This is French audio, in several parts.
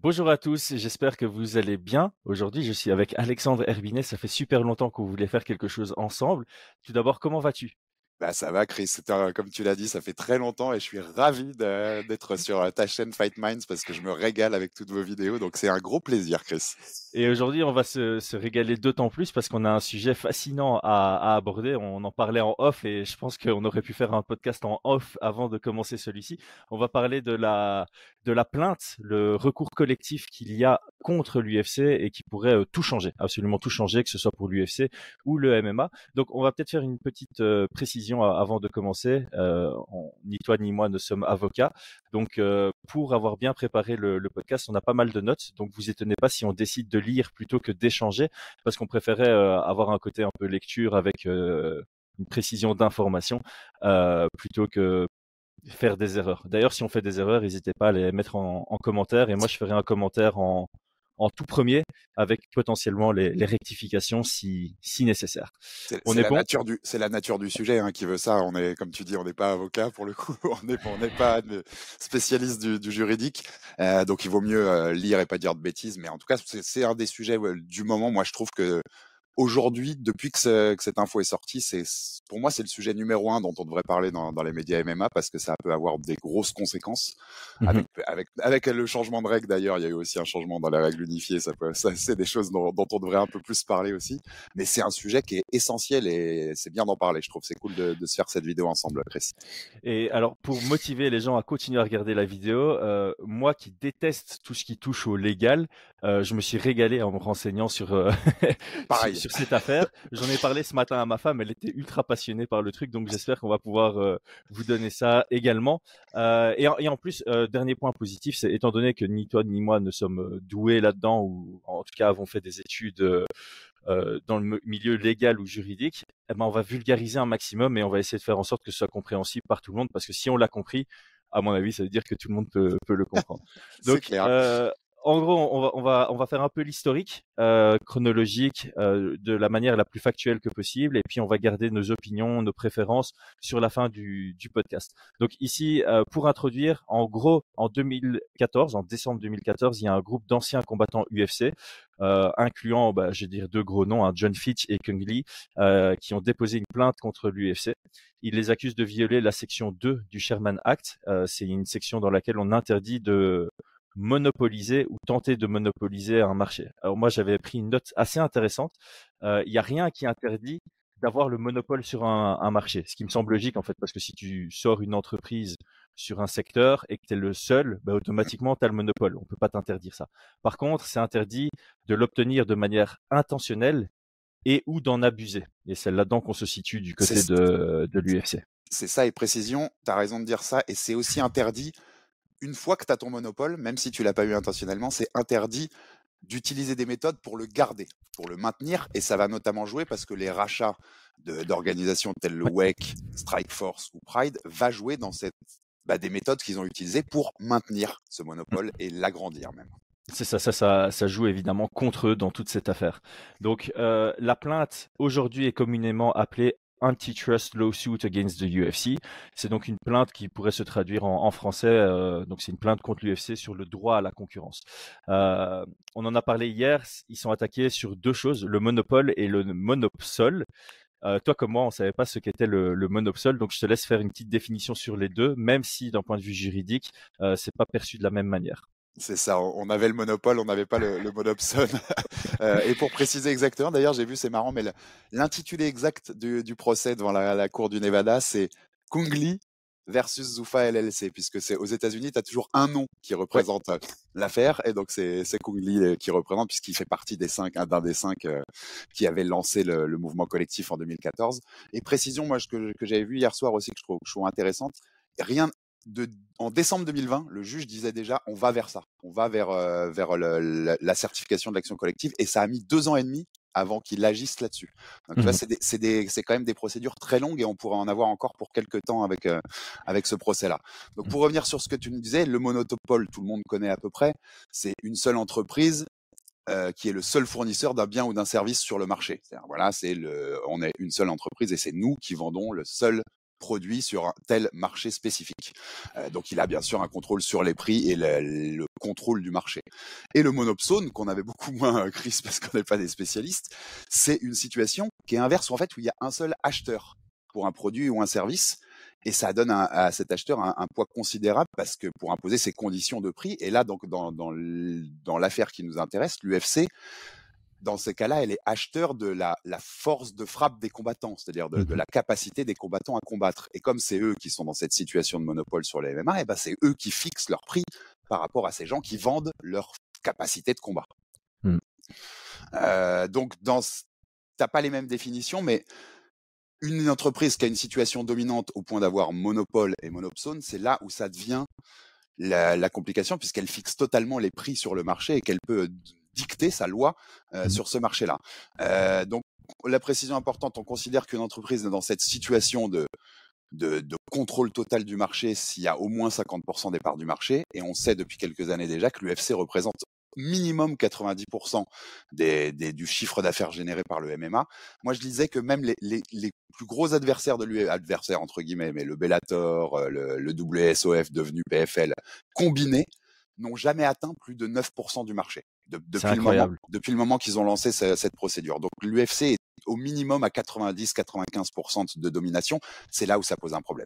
Bonjour à tous, j'espère que vous allez bien. Aujourd'hui, je suis avec Alexandre Herbinet. Ça fait super longtemps qu'on voulait faire quelque chose ensemble. Tout d'abord, comment vas-tu? Bah, ça va, Chris. Comme tu l'as dit, ça fait très longtemps et je suis ravi d'être sur ta chaîne Fight Minds parce que je me régale avec toutes vos vidéos. Donc, c'est un gros plaisir, Chris. Et aujourd'hui, on va se régaler d'autant plus parce qu'on a un sujet fascinant à aborder. On en parlait en off et je pense qu'on aurait pu faire un podcast en off avant de commencer celui-ci. On va parler de la plainte, le recours collectif qu'il y a contre l'UFC et qui pourrait tout changer, absolument tout changer, que ce soit pour l'UFC ou le MMA. Donc, on va peut-être faire une petite précision avant de commencer. Ni toi ni moi ne sommes avocats. Donc, pour avoir bien préparé le podcast, on a pas mal de notes. Donc, vous étonnez pas si on décide de lire plutôt que d'échanger, parce qu'on préférait avoir un côté un peu lecture avec une précision d'information plutôt que faire des erreurs. D'ailleurs, si on fait des erreurs, n'hésitez pas à les mettre en commentaire. Et moi, je ferai un commentaire en tout premier avec potentiellement les rectifications si nécessaire. On est bon? C'est la nature du sujet hein, qui veut ça. Comme tu dis, on n'est pas avocat pour le coup. On n'est pas spécialiste du juridique. Donc, il vaut mieux lire et pas dire de bêtises. Mais en tout cas, c'est un des sujets du moment. Moi, je trouve que aujourd'hui, depuis que cette info est sortie, pour moi, c'est le sujet numéro un dont on devrait parler dans les médias MMA parce que ça peut avoir des grosses conséquences. Mhm. Avec le changement de règles, d'ailleurs, il y a eu aussi un changement dans la règle unifiée. C'est des choses dont on devrait un peu plus parler aussi. Mais c'est un sujet qui est essentiel et c'est bien d'en parler. Je trouve que c'est cool de se faire cette vidéo ensemble, Chris. Et alors, pour motiver les gens à continuer à regarder la vidéo, moi qui déteste tout ce qui touche au légal, je me suis régalé en me renseignant sur, sur, Pareil. sur cette affaire. J'en ai parlé ce matin à ma femme, elle était ultra passionnée par le truc, donc j'espère qu'on va pouvoir vous donner ça également. Et en plus, dernier point positif, c'est étant donné que ni toi ni moi ne sommes doués là-dedans, ou en tout cas avons fait des études dans le milieu légal ou juridique, eh ben, on va vulgariser un maximum et on va essayer de faire en sorte que ce soit compréhensible par tout le monde, parce que si on l'a compris, à mon avis, ça veut dire que tout le monde peut le comprendre. C'est Donc, clair. en gros, on va faire un peu l'historique chronologique de la manière la plus factuelle que possible, et puis on va garder nos opinions, nos préférences sur la fin du podcast. Donc ici, pour introduire, en gros, en 2014, en décembre 2014, il y a un groupe d'anciens combattants UFC, incluant, je vais dire deux gros noms, hein, John Fitch et Kung Lee, qui ont déposé une plainte contre l'UFC. Ils les accusent de violer la section 2 du Sherman Act. C'est une section dans laquelle on interdit de monopoliser ou tenter de monopoliser un marché. Alors moi, j'avais pris une note assez intéressante. Il n'y a rien qui interdit d'avoir le monopole sur un marché, ce qui me semble logique en fait, parce que si tu sors une entreprise sur un secteur et que tu es le seul, automatiquement, tu as le monopole. On peut pas t'interdire ça. Par contre, c'est interdit de l'obtenir de manière intentionnelle et ou d'en abuser. Et c'est là-dedans qu'on se situe du côté C'est de l'UFC. c'est ça et précision. Tu as raison de dire ça. Et c'est aussi interdit, une fois que tu as ton monopole, même si tu l'as pas eu intentionnellement, c'est interdit d'utiliser des méthodes pour le garder, pour le maintenir, et ça va notamment jouer parce que les rachats d'organisations telles le Ouais. WEC, Strikeforce ou Pride va jouer dans des méthodes qu'ils ont utilisées pour maintenir ce monopole et l'agrandir même. C'est ça joue évidemment contre eux dans toute cette affaire. Donc, la plainte aujourd'hui est communément appelée Antitrust Lawsuit Against the UFC. C'est donc une plainte qui pourrait se traduire en français. Donc, c'est une plainte contre l'UFC sur le droit à la concurrence. On en a parlé hier. Ils sont attaqués sur deux choses, le monopole et le monopsole. Toi comme moi, on savait pas ce qu'était le monopsole, donc je te laisse faire une petite définition sur les deux, même si d'un point de vue juridique, c'est pas perçu de la même manière. C'est ça, on avait le monopole, on n'avait pas le monopsone. Et pour préciser exactement, d'ailleurs, j'ai vu, c'est marrant, mais l'intitulé exact du procès devant la cour du Nevada, c'est Kung Lee versus Zuffa LLC, puisque c'est aux États-Unis, tu as toujours un nom qui Ouais. représente l'affaire, et donc c'est Kung Lee qui représente, puisqu'il fait partie des cinq, d'un des cinq qui avait lancé le mouvement collectif en 2014. Et précision, moi, que j'avais vu hier soir aussi, que je trouve intéressante, rien, en décembre 2020, le juge disait déjà on va vers ça, on va vers la certification de l'action collective, et ça a mis 2 ans et demi avant qu'il agisse là-dessus. Donc tu vois, Mhm. c'est quand même des procédures très longues et on pourrait en avoir encore pour quelques temps avec ce procès-là. Donc pour revenir sur ce que tu nous disais, le monopole, tout le monde connaît à peu près, c'est une seule entreprise qui est le seul fournisseur d'un bien ou d'un service sur le marché. Voilà, on est une seule entreprise et c'est nous qui vendons le seul produit sur un tel marché spécifique. Donc il a bien sûr un contrôle sur les prix et le contrôle du marché. Et le monopsone, qu'on avait beaucoup moins, Chris, parce qu'on n'est pas des spécialistes, c'est une situation qui est inverse, en fait, où il y a un seul acheteur pour un produit ou un service, et ça donne à cet acheteur un poids considérable parce que pour imposer ses conditions de prix. Et là, donc dans l'affaire qui nous intéresse, l'UFC, dans ces cas-là, elle est acheteur de la force de frappe des combattants, c'est-à-dire de la capacité des combattants à combattre. Et comme c'est eux qui sont dans cette situation de monopole sur les MMA, et ben c'est eux qui fixent leur prix par rapport à ces gens qui vendent leur capacité de combat. Mm. Donc, t'as pas les mêmes définitions, mais une entreprise qui a une situation dominante au point d'avoir monopole et monopsone, c'est là où ça devient la complication, puisqu'elle fixe totalement les prix sur le marché et qu'elle peut dicter sa loi sur ce marché-là. Donc, la précision importante, on considère qu'une entreprise est dans cette situation de contrôle total du marché s'il y a au moins 50% des parts du marché, et on sait depuis quelques années déjà que l'UFC représente minimum 90% du chiffre d'affaires généré par le MMA. Moi, je disais que même les plus gros adversaires de l'UFC, adversaires entre guillemets, mais le Bellator, le WSOF devenu PFL, combinés, n'ont jamais atteint plus de 9% du marché depuis le moment qu'ils ont lancé cette procédure. Donc l'UFC est au minimum à 90-95% de domination. C'est là où ça pose un problème.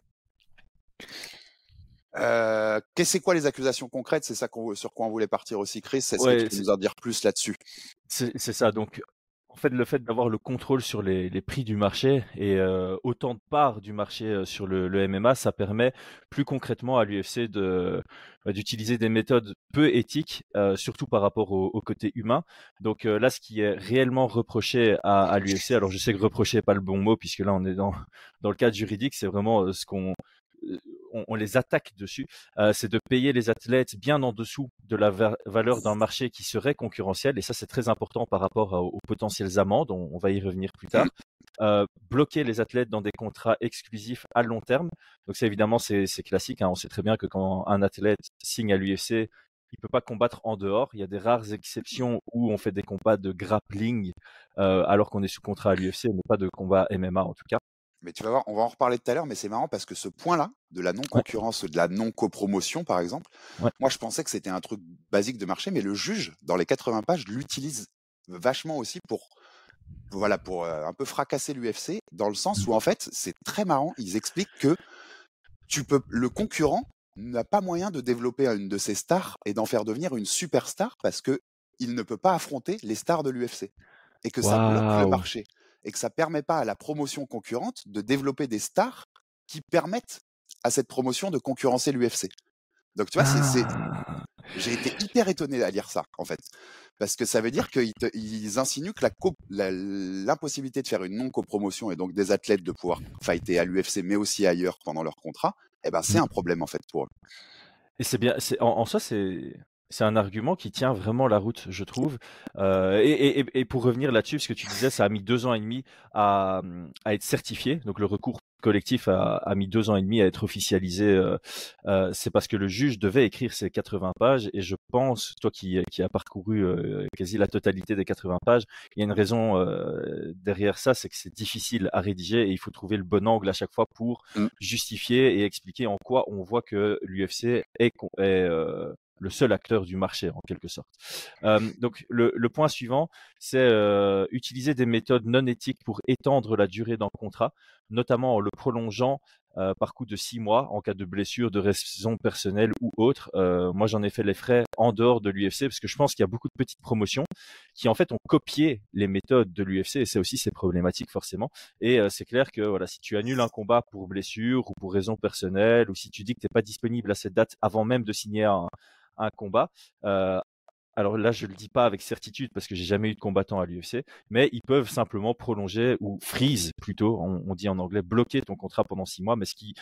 C'est quoi les accusations concrètes? C'est ça sur quoi on voulait partir aussi, Chris. Est-ce que tu peux nous en dire plus là-dessus? C'est ça. Donc, en fait, le fait d'avoir le contrôle sur les prix du marché et autant de parts du marché sur le MMA, ça permet plus concrètement à l'UFC d'utiliser des méthodes peu éthiques, surtout par rapport au côté humain. Donc là, ce qui est réellement reproché à l'UFC, alors je sais que reprocher n'est pas le bon mot puisque là, on est dans le cadre juridique, c'est vraiment ce qu'on on les attaque dessus, c'est de payer les athlètes bien en dessous de la valeur d'un marché qui serait concurrentiel. Et ça, c'est très important par rapport aux potentielles amendes. On va y revenir plus tard. Bloquer les athlètes dans des contrats exclusifs à long terme. Donc ça, évidemment, c'est classique. On sait très bien que quand un athlète signe à l'UFC, il peut pas combattre en dehors. Il y a des rares exceptions où on fait des combats de grappling alors qu'on est sous contrat à l'UFC, mais pas de combat MMA en tout cas. Mais tu vas voir, on va en reparler tout à l'heure, mais c'est marrant parce que ce point-là, de la non-concurrence, de la non-copromotion, par exemple, moi, je pensais que c'était un truc basique de marché, mais le juge, dans les 80 pages, l'utilise vachement aussi pour un peu fracasser l'UFC, dans le sens où, en fait, c'est très marrant, ils expliquent que le concurrent n'a pas moyen de développer une de ses stars et d'en faire devenir une superstar parce que il ne peut pas affronter les stars de l'UFC et que ça bloque le marché et que ça permet pas à la promotion concurrente de développer des stars qui permettent à cette promotion de concurrencer l'UFC. Donc tu vois, j'ai été hyper étonné à lire ça, en fait. Parce que ça veut dire qu'ils insinuent que l'impossibilité de faire une non-copromotion et donc des athlètes de pouvoir fighter à l'UFC mais aussi ailleurs pendant leur contrat, c'est un problème, en fait, pour eux. Et c'est bien, en soi, c'est un argument qui tient vraiment la route, je trouve. Et pour revenir là-dessus, ce que tu disais, ça a mis 2 ans et demi à être certifié. Donc le recours collectif a mis 2 ans et demi à être officialisé. C'est parce que le juge devait écrire ces 80 pages. Et je pense, toi qui as parcouru quasi la totalité des 80 pages, il y a une raison derrière ça, c'est que c'est difficile à rédiger et il faut trouver le bon angle à chaque fois pour justifier et expliquer en quoi on voit que l'UFC est le seul acteur du marché en quelque sorte. Donc le point suivant, c'est utiliser des méthodes non éthiques pour étendre la durée d'un contrat, notamment en le prolongeant par coup de 6 mois en cas de blessure, de raison personnelle ou autre. Moi, j'en ai fait les frais en dehors de l'UFC parce que je pense qu'il y a beaucoup de petites promotions qui en fait ont copié les méthodes de l'UFC et c'est problématique forcément. Et c'est clair que voilà, si tu annules un combat pour blessure ou pour raison personnelle ou si tu dis que tu n'es pas disponible à cette date avant même de signer un combat, alors là, je le dis pas avec certitude parce que j'ai jamais eu de combattant à l'UFC, mais ils peuvent simplement prolonger ou freeze plutôt, on dit en anglais, bloquer ton contrat pendant 6 mois, mais ce qui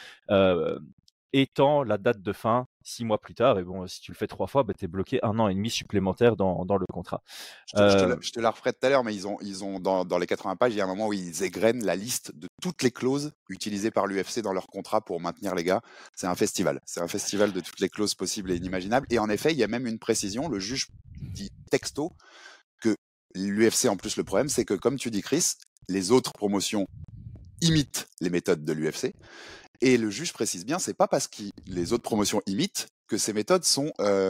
étend la date de fin 6 mois plus tard. Et bon, si tu le fais 3 fois, tu es bloqué 1 an et demi supplémentaire dans le contrat. Je te la referai tout à l'heure, mais ils ont dans les 80 pages, il y a un moment où ils égrènent la liste de toutes les clauses utilisées par l'UFC dans leur contrat pour maintenir les gars. C'est un festival. C'est un festival de toutes les clauses possibles et inimaginables. Et en effet, il y a même une précision. Le juge dit texto que l'UFC, en plus, le problème, c'est que, comme tu dis, Chris, les autres promotions imitent les méthodes de l'UFC. Et le juge précise bien, c'est pas parce que les autres promotions imitent que ces méthodes sont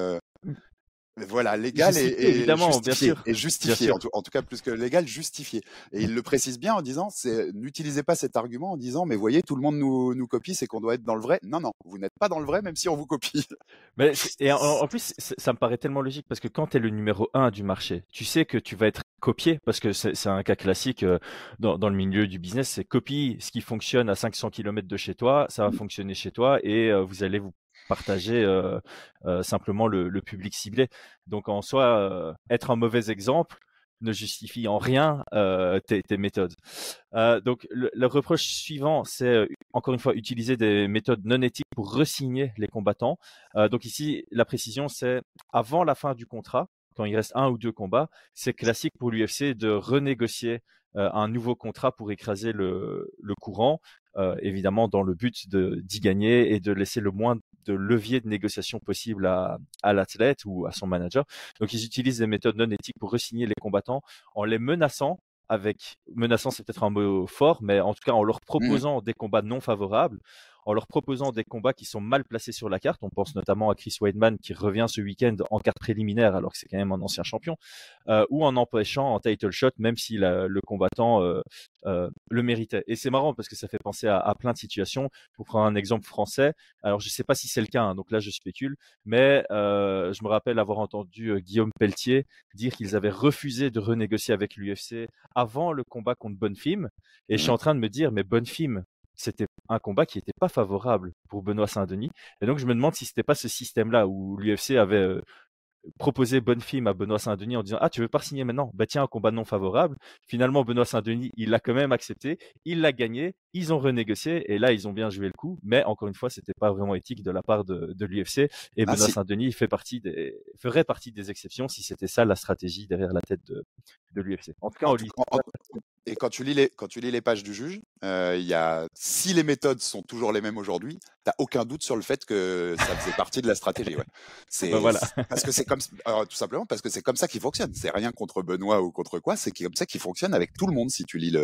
voilà, légal Justifié, évidemment, bien sûr, et bien justifié, sûr. en tout cas plus que légal, justifié. Et il le précise bien en disant, n'utilisez pas cet argument en disant, mais voyez, tout le monde nous copie, c'est qu'on doit être dans le vrai. Non, non, vous n'êtes pas dans le vrai, même si on vous copie. Mais et en plus, ça me paraît tellement logique parce que quand tu es le numéro un du marché, tu sais que tu vas être copié parce que c'est un cas classique dans le milieu du business, c'est copie ce qui fonctionne à 500 km de chez toi, ça va fonctionner chez toi et vous allez vous partager simplement le public ciblé. Donc en soi, être un mauvais exemple ne justifie en rien tes méthodes. Donc le reproche suivant, c'est encore une fois utiliser des méthodes non éthiques pour resigner les combattants. Donc ici, la précision, c'est avant la fin du contrat, quand il reste 1 ou 2 combats, c'est classique pour l'UFC de renégocier un nouveau contrat pour écraser le courant, évidemment dans le but d'y gagner et de laisser le moins de levier de négociation possible à l'athlète ou à son manager. Donc ils utilisent des méthodes non éthiques pour resigner les combattants en les menaçant menaçant, c'est peut-être un mot fort, mais en tout cas en leur Mhm. proposant des combats non favorables, en leur proposant des combats qui sont mal placés sur la carte. On pense notamment à Chris Weidman qui revient ce week-end en carte préliminaire alors que c'est quand même un ancien champion, ou en empêchant un title shot même si le combattant le méritait. Et c'est marrant parce que ça fait penser à plein de situations. Pour prendre un exemple français, alors je ne sais pas si c'est le cas, hein, donc là je spécule, mais je me rappelle avoir entendu Guillaume Pelletier dire qu'ils avaient refusé de renégocier avec l'UFC avant le combat contre Bonfim. Et je suis Mhm. en train de me dire, mais Bonfim, c'était un combat qui n'était pas favorable pour Benoît Saint-Denis. Et donc je me demande si c'était pas ce système-là où l'UFC avait proposé Bonfim à Benoît Saint-Denis en disant ah tu veux pas signer maintenant, bah tiens un combat non favorable. Finalement Benoît Saint-Denis il l'a quand même accepté, il l'a gagné, ils ont renégocié et là ils ont bien joué le coup, mais encore une fois c'était pas vraiment éthique de la part de l'UFC et Ah Benoît si. Saint-Denis ferait partie des exceptions si c'était ça la stratégie derrière la tête de l'UFC. En tout cas En on tout, lit et quand tu lis les pages du juge, si les méthodes sont toujours les mêmes aujourd'hui, t'as aucun doute sur le fait que ça faisait partie de la stratégie. Ouais. bah voilà. Parce que c'est comme tout simplement parce que c'est comme ça qu'il fonctionne. C'est rien contre Benoît ou contre quoi, c'est comme ça qu'il fonctionne avec tout le monde si tu lis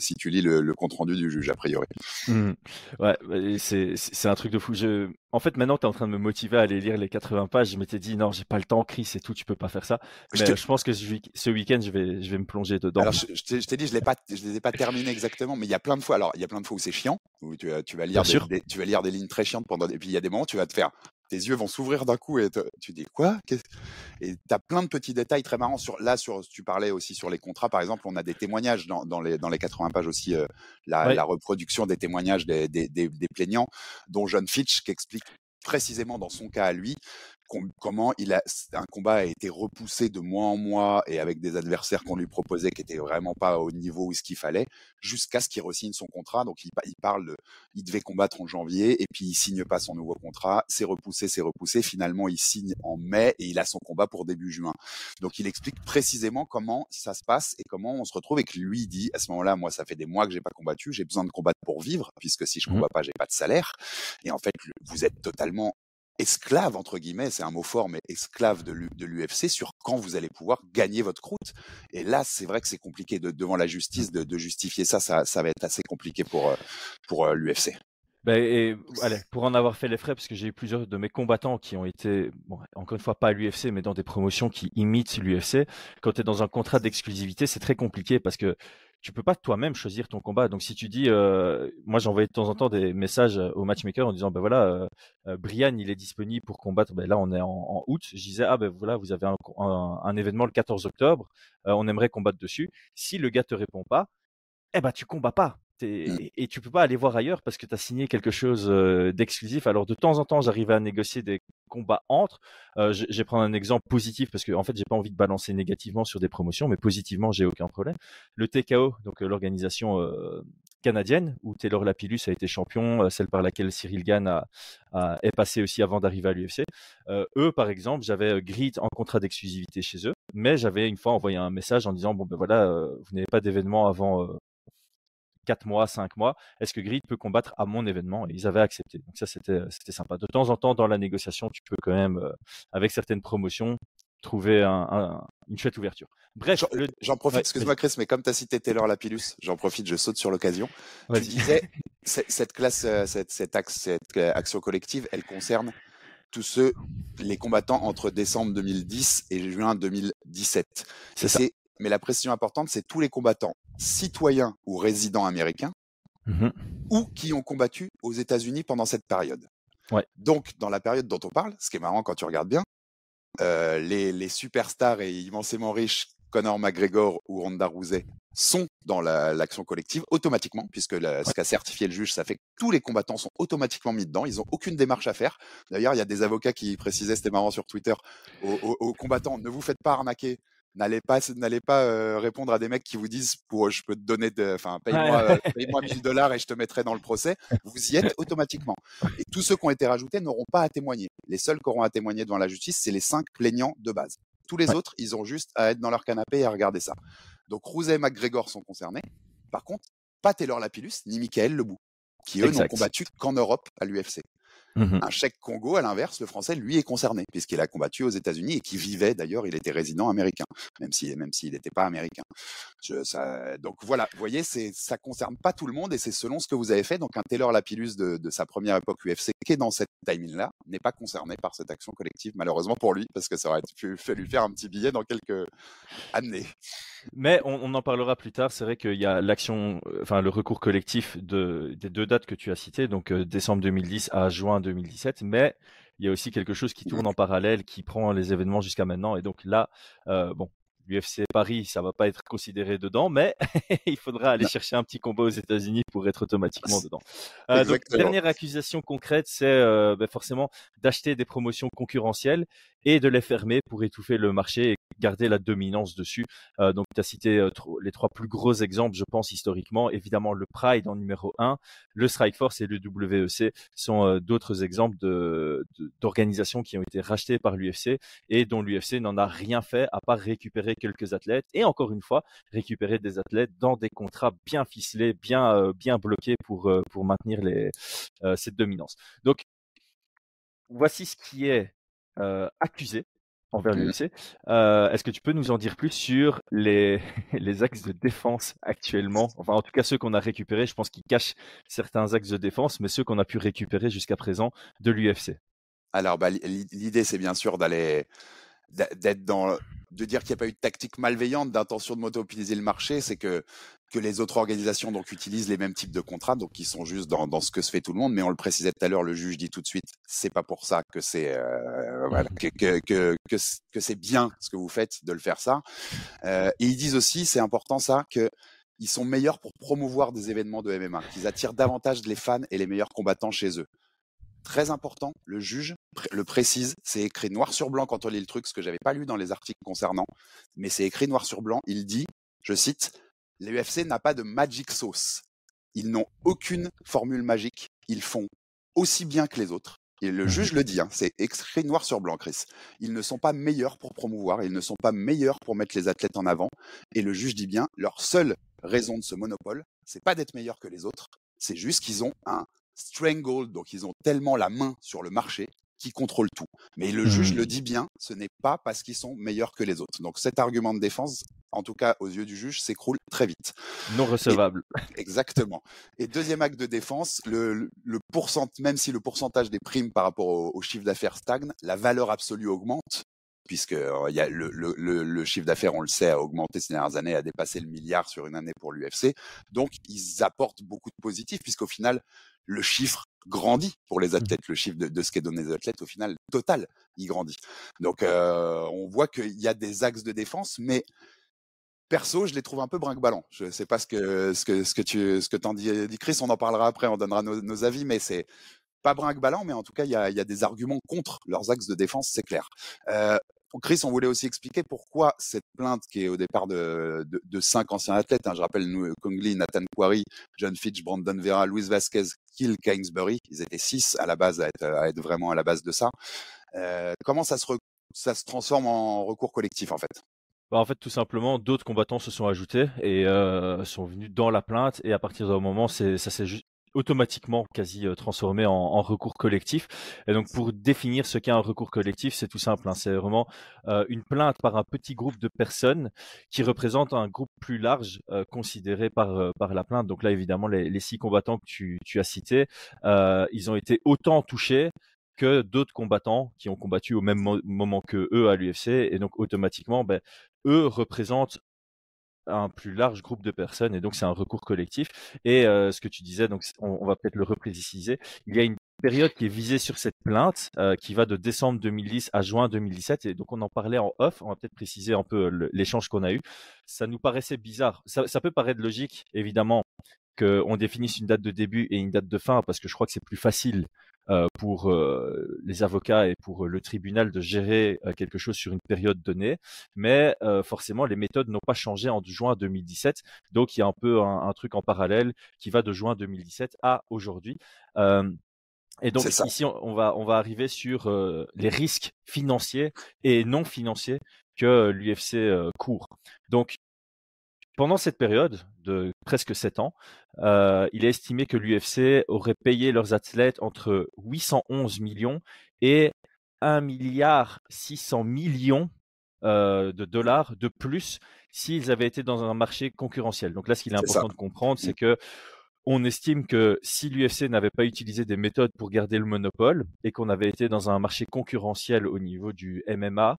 le compte rendu du juge a priori. Mmh. Ouais, bah, c'est un truc de fou. En fait, maintenant, tu es en train de me motiver à aller lire les 80 pages. Je m'étais dit, non, j'ai pas le temps, Chris et tout, tu peux pas faire ça. Je Mais te- je pense que ce week-end, je vais me plonger dedans. Alors, je t'ai dit, je les ai pas terminés exactement, mais il y a plein de fois. Alors, il y a plein de fois où c'est chiant, où tu vas Bien lire sûr. tu vas lire des lignes très chiantes et puis il y a des moments où tu vas te faire, tes yeux vont s'ouvrir d'un coup et tu dis quoi? Et t'as plein de petits détails très marrants tu parlais aussi sur les contrats, par exemple, on a des témoignages dans les 80 pages aussi, Ouais. la reproduction des témoignages des plaignants, dont John Fitch qui explique précisément dans son cas à lui comment un combat a été repoussé de mois en mois et avec des adversaires qu'on lui proposait qui étaient vraiment pas au niveau où ce qu'il fallait, jusqu'à ce qu'il re-signe son contrat. Donc il parle il devait combattre en janvier et puis il signe pas son nouveau contrat, c'est repoussé. Finalement, il signe en mai et il a son combat pour début juin. Donc il explique précisément comment ça se passe et comment on se retrouve et que lui dit à ce moment-là, moi ça fait des mois que j'ai pas combattu, j'ai besoin de combattre pour vivre puisque si je Mhm. combats pas, j'ai pas de salaire. Et en fait, vous êtes totalement esclave, entre guillemets, c'est un mot fort, mais esclave de l'UFC sur quand vous allez pouvoir gagner votre croûte. Et là, c'est vrai que c'est compliqué devant la justice de justifier ça va être assez compliqué pour l'UFC. Ben, et allez, pour en avoir fait les frais, parce que j'ai eu plusieurs de mes combattants qui ont été, bon, encore une fois, pas à l'UFC, mais dans des promotions qui imitent l'UFC. Quand tu es dans un contrat d'exclusivité, c'est très compliqué parce que tu peux pas toi-même choisir ton combat. Donc si tu dis, moi j'envoyais de temps en temps des messages au matchmaker en disant, ben voilà, Brian il est disponible pour combattre. Ben là on est en août. Je disais, ah ben voilà, vous avez un événement le 14 octobre, on aimerait combattre dessus. Si le gars te répond pas, eh ben, tu combats pas. Mm. Et tu peux pas aller voir ailleurs parce que tu as signé quelque chose d'exclusif. Alors de temps en temps, j'arrivais à négocier des combats entre. Je vais prendre un exemple positif parce que en fait, j'ai pas envie de balancer négativement sur des promotions, mais positivement, j'ai aucun problème. Le TKO, donc l'organisation canadienne où Taylor Lapillus a été champion, celle par laquelle Cyril Gane est passé aussi avant d'arriver à l'UFC. Eux, par exemple, j'avais Grid en contrat d'exclusivité chez eux, mais j'avais une fois envoyé un message en disant bon ben voilà, vous n'avez pas d'événement avant 4 mois, 5 mois, est-ce que Grid peut combattre à mon événement? Et ils avaient accepté. Donc ça, c'était sympa. De temps en temps, dans la négociation, tu peux quand même, avec certaines promotions, trouver une chouette ouverture. Bref, J'en profite, ouais, excuse-moi Chris, mais comme tu as cité Taylor Lapillus, j'en profite, je saute sur l'occasion. Tu vas-y. disais, cette classe, cette action collective, elle concerne tous les combattants entre décembre 2010 et juin 2017. C'est ça. Mais la précision importante, c'est tous les combattants citoyens ou résidents américains ou qui ont combattu aux États-Unis pendant cette période. Ouais. Donc, dans la période dont on parle, ce qui est marrant quand tu regardes bien, les superstars et immensément riches, Conor McGregor ou Ronda Rousey, sont dans l'action collective automatiquement, puisque ce qu'a certifié le juge, ça fait que tous les combattants sont automatiquement mis dedans. Ils n'ont aucune démarche à faire. D'ailleurs, il y a des avocats qui précisaient, c'était marrant sur Twitter, aux combattants, ne vous faites pas arnaquer. N'allez pas répondre à des mecs qui vous disent je peux te donner paye-moi $1000 et je te mettrai dans le procès. Vous y êtes automatiquement. Et tous ceux qui ont été rajoutés n'auront pas à témoigner. Les seuls qui auront à témoigner devant la justice, c'est les 5 plaignants de base. Tous les autres, ils ont juste à être dans leur canapé et à regarder ça. Donc Rousey et McGregor sont concernés. Par contre, pas Taylor Lapillus ni Michael Lebou, qui eux n'ont combattu qu'en Europe à l'UFC. Un Cheick Kongo, à l'inverse, le français, lui, est concerné, puisqu'il a combattu aux États-Unis et qui vivait, d'ailleurs, il était résident américain, même s'il n'était pas américain. Donc voilà, vous voyez, ça concerne pas tout le monde et c'est selon ce que vous avez fait. Donc un Taylor Lapillus de sa première époque UFC, qui est dans cette timing-là, n'est pas concerné par cette action collective, malheureusement pour lui, parce que ça aurait pu lui faire un petit billet dans quelques années. Mais on en parlera plus tard. C'est vrai qu'il y a le recours collectif des 2 dates que tu as citées, donc décembre 2010 à juin 2017. Mais il y a aussi quelque chose qui tourne en parallèle, qui prend les événements jusqu'à maintenant. Et donc là, l'UFC Paris, ça va pas être considéré dedans, mais il faudra aller chercher un petit combat aux États-Unis pour être automatiquement dedans. Donc, dernière accusation concrète, c'est forcément d'acheter des promotions concurrentielles et de les fermer pour étouffer le marché et garder la dominance dessus. Donc, tu as cité les 3 plus gros exemples, je pense, historiquement. Évidemment, le Pride en numéro 1, le Strikeforce et le WEC sont d'autres exemples d'organisations qui ont été rachetées par l'UFC et dont l'UFC n'en a rien fait à part récupérer quelques athlètes et encore une fois, récupérer des athlètes dans des contrats bien ficelés, bien bloqués pour maintenir cette dominance. Donc, voici ce qui est accusé envers l'UFC. Est-ce que tu peux nous en dire plus sur les axes de défense actuellement? Enfin, en tout cas, ceux qu'on a récupérés, je pense qu'ils cachent certains axes de défense, mais ceux qu'on a pu récupérer jusqu'à présent de l'UFC. Alors, l'idée, c'est bien sûr de dire qu'il n'y a pas eu de tactique malveillante, d'intention de monopoliser le marché, c'est que les autres organisations donc utilisent les mêmes types de contrats, donc qui sont juste dans ce que se fait tout le monde. Mais on le précisait tout à l'heure, le juge dit tout de suite, c'est pas pour ça que c'est que c'est bien ce que vous faites de le faire ça. Et ils disent aussi, c'est important ça, que ils sont meilleurs pour promouvoir des événements de MMA, qu'ils attirent davantage les fans et les meilleurs combattants chez eux. Très important, le juge le précise, c'est écrit noir sur blanc quand on lit le truc, ce que j'avais pas lu dans les articles concernant, mais c'est écrit noir sur blanc. Il dit, je cite, l'UFC n'a pas de magic sauce. Ils n'ont aucune formule magique. Ils font aussi bien que les autres. Et le juge le dit, c'est écrit noir sur blanc, Chris. Ils ne sont pas meilleurs pour promouvoir, ils ne sont pas meilleurs pour mettre les athlètes en avant. Et le juge dit bien, leur seule raison de ce monopole, c'est pas d'être meilleurs que les autres, c'est juste qu'ils ont un stranglehold, donc ils ont tellement la main sur le marché qu'ils contrôlent tout. Mais le juge le dit bien, ce n'est pas parce qu'ils sont meilleurs que les autres. Donc cet argument de défense, en tout cas aux yeux du juge, s'écroule très vite. Non recevable. Exactement. Et deuxième acte de défense, même si le pourcentage des primes par rapport au chiffre d'affaires stagne, la valeur absolue augmente, puisque le chiffre d'affaires, on le sait, a augmenté ces dernières années, a dépassé le milliard sur une année pour l'UFC. Donc, ils apportent beaucoup de positifs, puisqu'au final, le chiffre grandit pour les athlètes. Le chiffre de ce qu'est donné aux athlètes, au final, total, il grandit. Donc, on voit qu'il y a des axes de défense, mais perso, je les trouve un peu brinque-ballant. Je sais pas ce que t'en dis, Chris, on en parlera après, on donnera nos avis, mais c'est pas brinque-ballant, mais en tout cas, il y a des arguments contre leurs axes de défense, c'est clair. Chris, on voulait aussi expliquer pourquoi cette plainte qui est au départ de 5 anciens athlètes, je rappelle, Kong Lee, Nathan Quarry, John Fitch, Brandon Vera, Luis Vasquez, Kill Kingsbury, ils étaient 6 à la base à être vraiment à la base de ça. Comment ça se transforme en recours collectif en fait? En fait, tout simplement, d'autres combattants se sont ajoutés et sont venus dans la plainte. Et à partir d'un moment, ça s'est automatiquement quasi transformé en recours collectif. Et donc pour définir ce qu'est un recours collectif, c'est tout simple, hein. C'est vraiment une plainte par un petit groupe de personnes qui représente un groupe plus large considéré par la plainte. Donc là, évidemment, les 6 combattants que tu as cités, ils ont été autant touchés que d'autres combattants qui ont combattu au même moment que eux à l'UFC. Et donc automatiquement, ben, eux représentent un plus large groupe de personnes et donc c'est un recours collectif. Et ce que tu disais, donc on va peut-être le repréciser, il y a une période qui est visée sur cette plainte qui va de décembre 2010 à juin 2017 et donc on en parlait en off, on va peut-être préciser un peu l'échange qu'on a eu. Ça nous paraissait bizarre, ça peut paraître logique évidemment qu'on définisse une date de début et une date de fin, parce que je crois que c'est plus facile pour les avocats et pour le tribunal de gérer quelque chose sur une période donnée. Mais forcément, les méthodes n'ont pas changé en juin 2017. Donc, il y a un peu un truc en parallèle qui va de juin 2017 à aujourd'hui. Et donc C'est ça. ici, on va arriver sur les risques financiers et non financiers que l'UFC court. Donc, pendant cette période de presque 7 ans, il est estimé que l'UFC aurait payé leurs athlètes entre 811 millions et 1,6 milliard de dollars de plus s'ils avaient été dans un marché concurrentiel. Donc là, ce qu'il est C'est ça. important de comprendre, Mmh. c'est que on estime que si l'UFC n'avait pas utilisé des méthodes pour garder le monopole et qu'on avait été dans un marché concurrentiel au niveau du MMA,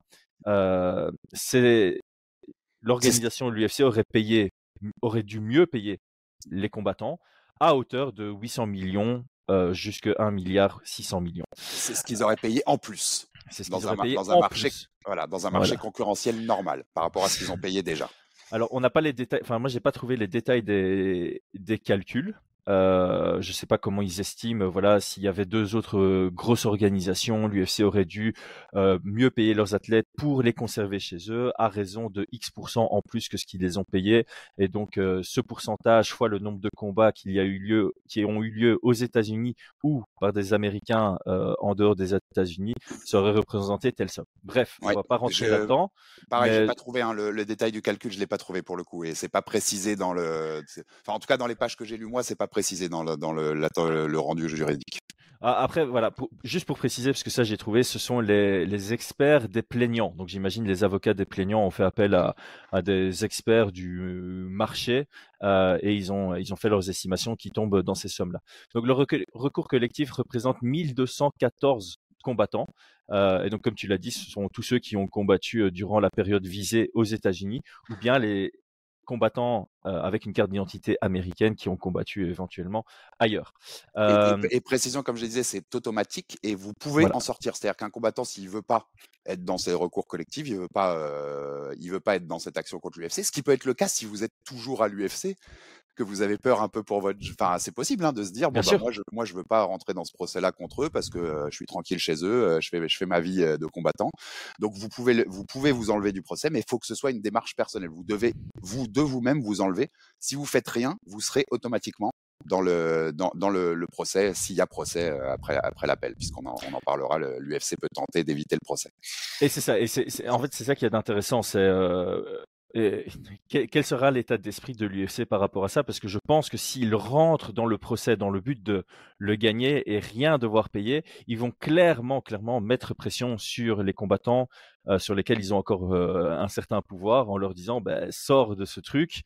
c'est C'est ce l'organisation de l'UFC aurait dû mieux payer les combattants à hauteur de 800 millions jusqu'à 1,6 milliard. c'est ce qu'ils auraient payé en plus C'est ce qu'ils dans un auraient payé dans un en marché plus. voilà, dans un marché Voilà. concurrentiel normal par rapport à ce qu'ils ont payé déjà. Alors, on n'a pas les détails, enfin, moi, j'ai pas trouvé les détails des calculs. Je sais pas comment ils estiment, voilà, s'il y avait 2 autres grosses organisations, l'UFC aurait dû mieux payer leurs athlètes pour les conserver chez eux, à raison de X% en plus que ce qu'ils les ont payés. Et donc, ce pourcentage fois le nombre de combats qui ont eu lieu aux États-Unis ou par des Américains en dehors des États-Unis, ça aurait représenté telle somme. Bref, on Ouais, va pas rentrer je là-dedans, pareil, j'ai mais pas trouvé, hein, le détail du calcul, je l'ai pas trouvé pour le coup et c'est pas précisé dans enfin, en tout cas, dans les pages que j'ai lues moi, c'est pas précisé dans le rendu juridique. Après, voilà, juste pour préciser, parce que ça j'ai trouvé, ce sont les experts des plaignants. Donc j'imagine les avocats des plaignants ont fait appel à des experts du marché et ils ont fait leurs estimations qui tombent dans ces sommes-là. Donc le recours collectif représente 1214 combattants. Et donc comme tu l'as dit, ce sont tous ceux qui ont combattu durant la période visée aux États-Unis ou bien les combattants avec une carte d'identité américaine qui ont combattu éventuellement ailleurs. Et, et- Euh, et précision, comme je disais, c'est automatique et vous pouvez voilà. en sortir. C'est-à-dire qu'un combattant, s'il veut pas être dans ces recours collectifs, il veut pas être dans cette action contre l'UFC, ce qui peut être le cas si vous êtes toujours à l'UFC, que vous avez peur un peu pour votre, enfin, c'est possible, hein, de se dire, bon, Bien bah, sûr. moi, je veux pas rentrer dans ce procès-là contre eux parce que je suis tranquille chez eux, je fais ma vie de combattant. Donc, vous pouvez vous enlever du procès, mais il faut que ce soit une démarche personnelle. Vous devez, vous, de vous-même, vous enlever. Si vous faites rien, vous serez automatiquement dans le procès, s'il y a procès après l'appel, on en parlera, l'UFC peut tenter d'éviter le procès. Et c'est ça. Et en fait, c'est ça qui est intéressant. C'est et quel sera l'état d'esprit de l'UFC par rapport à ça? Parce que je pense que s'ils rentrent dans le procès dans le but de le gagner et rien devoir payer, ils vont clairement mettre pression sur les combattants sur lesquels ils ont encore un certain pouvoir en leur disant, ben, sors de ce truc.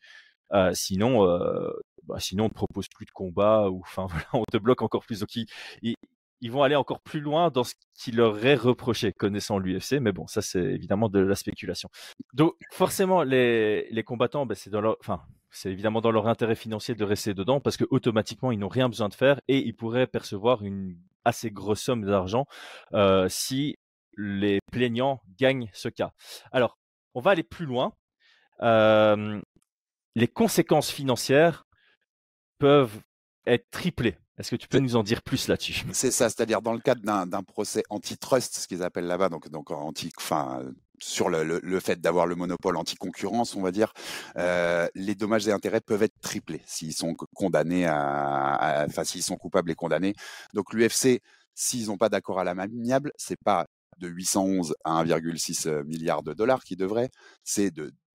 Sinon, on te propose plus de combat ou enfin voilà, on te bloque encore plus. Donc ils, ils vont aller encore plus loin dans ce qui leur est reproché, connaissant l'UFC. Mais bon, ça c'est évidemment de la spéculation. Donc forcément, les combattants, ben, c'est évidemment dans leur intérêt financier de rester dedans parce que automatiquement ils n'ont rien besoin de faire et ils pourraient percevoir une assez grosse somme d'argent si les plaignants gagnent ce cas. Alors, on va aller plus loin. Euh, les conséquences financières peuvent être triplées. Est-ce que tu peux nous en dire plus là-dessus? C'est ça, c'est-à-dire dans le cadre d'un procès antitrust, ce qu'ils appellent là-bas, donc enfin, sur le fait d'avoir le monopole anti-concurrence, on va dire, les dommages et intérêts peuvent être triplés s'ils sont condamnés enfin, s'ils sont coupables et condamnés. Donc l'UFC, s'ils n'ont pas d'accord à l'amiable, c'est pas de 811 à 1,6 milliard de dollars qui devrait, c'est de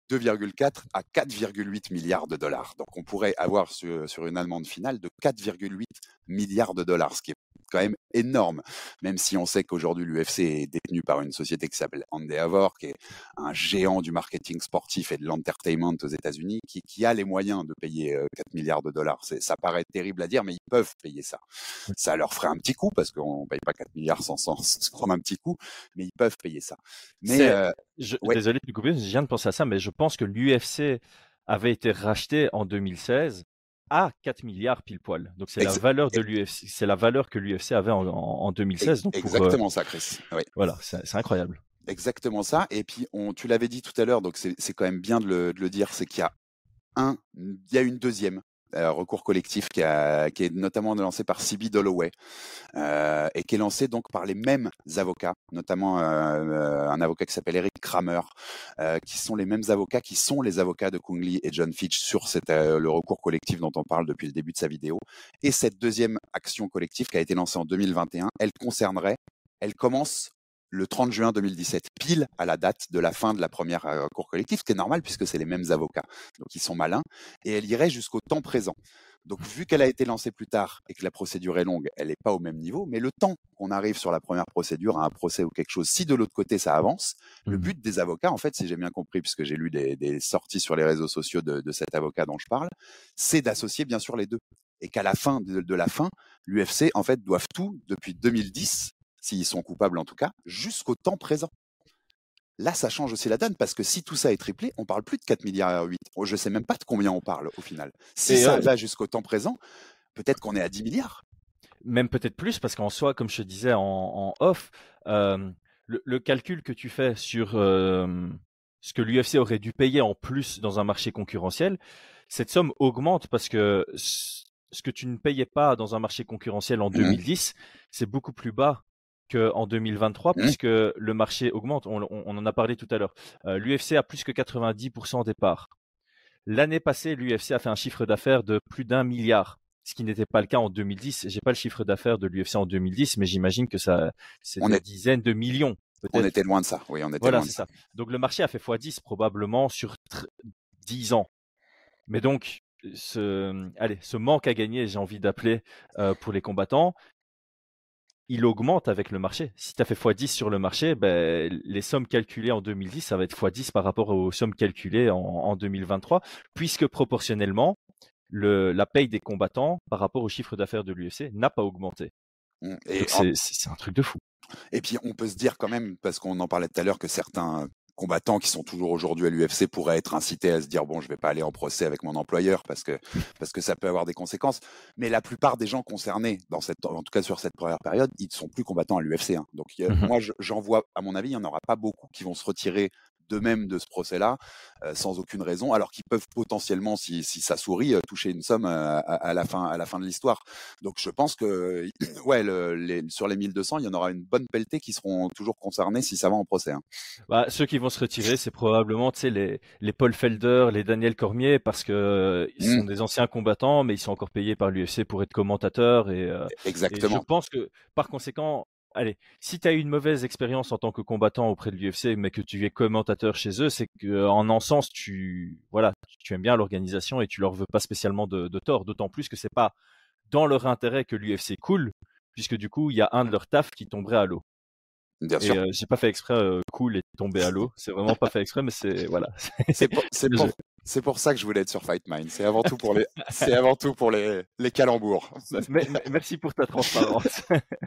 2,4 à 4,8 milliards de dollars. Donc on pourrait avoir sur une amende finale de 4,8 milliards de dollars, ce qui est quand même énorme, même si on sait qu'aujourd'hui l'UFC est détenu par une société qui s'appelle Endeavor, qui est un géant du marketing sportif et de l'entertainment aux États-Unis, qui a les moyens de payer 4 milliards de dollars. Ça paraît terrible à dire, mais ils peuvent payer ça. Ça leur ferait un petit coup, parce qu'on ne paye pas 4 milliards sans prendre un petit coup, mais ils peuvent payer ça. Mais ouais. Désolé de te couper, je viens de penser à ça, mais je pense que l'UFC avait été racheté en 2016 à 4 milliards pile poil. Donc c'est la valeur de l'UFC, c'est la valeur que l'UFC avait en 2016. Donc exactement ça, Chris. Oui. Voilà, c'est incroyable. Exactement ça. Et puis tu l'avais dit tout à l'heure, donc c'est quand même bien de le dire, c'est qu'il y a une deuxième recours collectif qui est notamment lancé par CB Dolloway et qui est lancé donc par les mêmes avocats, notamment un avocat qui s'appelle Eric Kramer, qui sont les mêmes avocats qui sont les avocats de Kung Lee et John Fitch sur le recours collectif dont on parle depuis le début de sa vidéo. Et cette deuxième action collective qui a été lancée en 2021, elle commence le 30 juin 2017, pile à la date de la fin de la première cour collective, ce qui est normal puisque c'est les mêmes avocats, donc ils sont malins, et elle irait jusqu'au temps présent. Donc vu qu'elle a été lancée plus tard et que la procédure est longue, elle n'est pas au même niveau, mais le temps qu'on arrive sur la première procédure à un procès ou quelque chose, si de l'autre côté ça avance, le but des avocats, en fait, si j'ai bien compris, puisque j'ai lu des sorties sur les réseaux sociaux de cet avocat dont je parle, c'est d'associer bien sûr les deux. Et qu'à la fin de la fin, l'UFC, en fait, doivent tout, depuis 2010, s'ils sont coupables en tout cas, jusqu'au temps présent. Là, ça change aussi la donne, parce que si tout ça est triplé, on parle plus de 4 milliards 8. Je sais même pas de combien on parle au final. Si ça va jusqu'au temps présent, peut-être qu'on est à 10 milliards. Même peut-être plus, parce qu'en soi, comme je te disais en off, le calcul que tu fais sur ce que l'UFC aurait dû payer en plus dans un marché concurrentiel, cette somme augmente parce que ce que tu ne payais pas dans un marché concurrentiel en 2010, c'est beaucoup plus bas qu'en 2023, puisque le marché augmente. On en a parlé tout à l'heure. L'UFC a plus que 90% des parts. L'année passée, l'UFC a fait un chiffre d'affaires de plus d'1 milliard, ce qui n'était pas le cas en 2010. J'ai pas le chiffre d'affaires de l'UFC en 2010, mais j'imagine que c'est des dizaines de millions. On était loin de ça. Oui, on était voilà, loin de ça. Donc le marché a fait x10 probablement sur 10 ans. Mais donc, ce manque à gagner, j'ai envie d'appeler pour les combattants, il augmente avec le marché. Si tu as fait x10 sur le marché, les sommes calculées en 2010, ça va être x10 par rapport aux sommes calculées en 2023, puisque proportionnellement, la paye des combattants par rapport au chiffre d'affaires de l'UFC n'a pas augmenté. C'est un truc de fou. Et puis on peut se dire quand même, parce qu'on en parlait tout à l'heure, que certains combattants qui sont toujours aujourd'hui à l'UFC pourraient être incités à se dire bon, je vais pas aller en procès avec mon employeur parce que ça peut avoir des conséquences. Mais la plupart des gens concernés en tout cas sur cette première période, ils ne sont plus combattants à l'UFC. Hein. Donc moi, j'en vois, à mon avis, il n'y en aura pas beaucoup qui vont se retirer d'eux-mêmes de ce procès-là, sans aucune raison, alors qu'ils peuvent potentiellement, si ça sourit, toucher une somme à la fin de l'histoire. Donc je pense que sur les 1200, il y en aura une bonne pelletée qui seront toujours concernés si ça va en procès. Hein. Ceux qui vont se retirer, c'est probablement les Paul Felder, les Daniel Cormier, parce que ils sont des anciens combattants, mais ils sont encore payés par l'UFC pour être commentateurs. Exactement. Et je pense que par conséquent, allez, si tu as eu une mauvaise expérience en tant que combattant auprès de l'UFC, mais que tu es commentateur chez eux, c'est qu'en un sens, tu aimes bien l'organisation et tu leur veux pas spécialement de tort, d'autant plus que c'est pas dans leur intérêt que l'UFC coule, puisque du coup, il y a un de leurs tafs qui tomberait à l'eau. Bien sûr. J'ai pas fait exprès cool et tomber à l'eau. C'est vraiment pas fait exprès, mais c'est voilà. C'est pour ça que je voulais être sur Fight Mind. C'est avant tout pour les calembours. Merci pour ta transparence.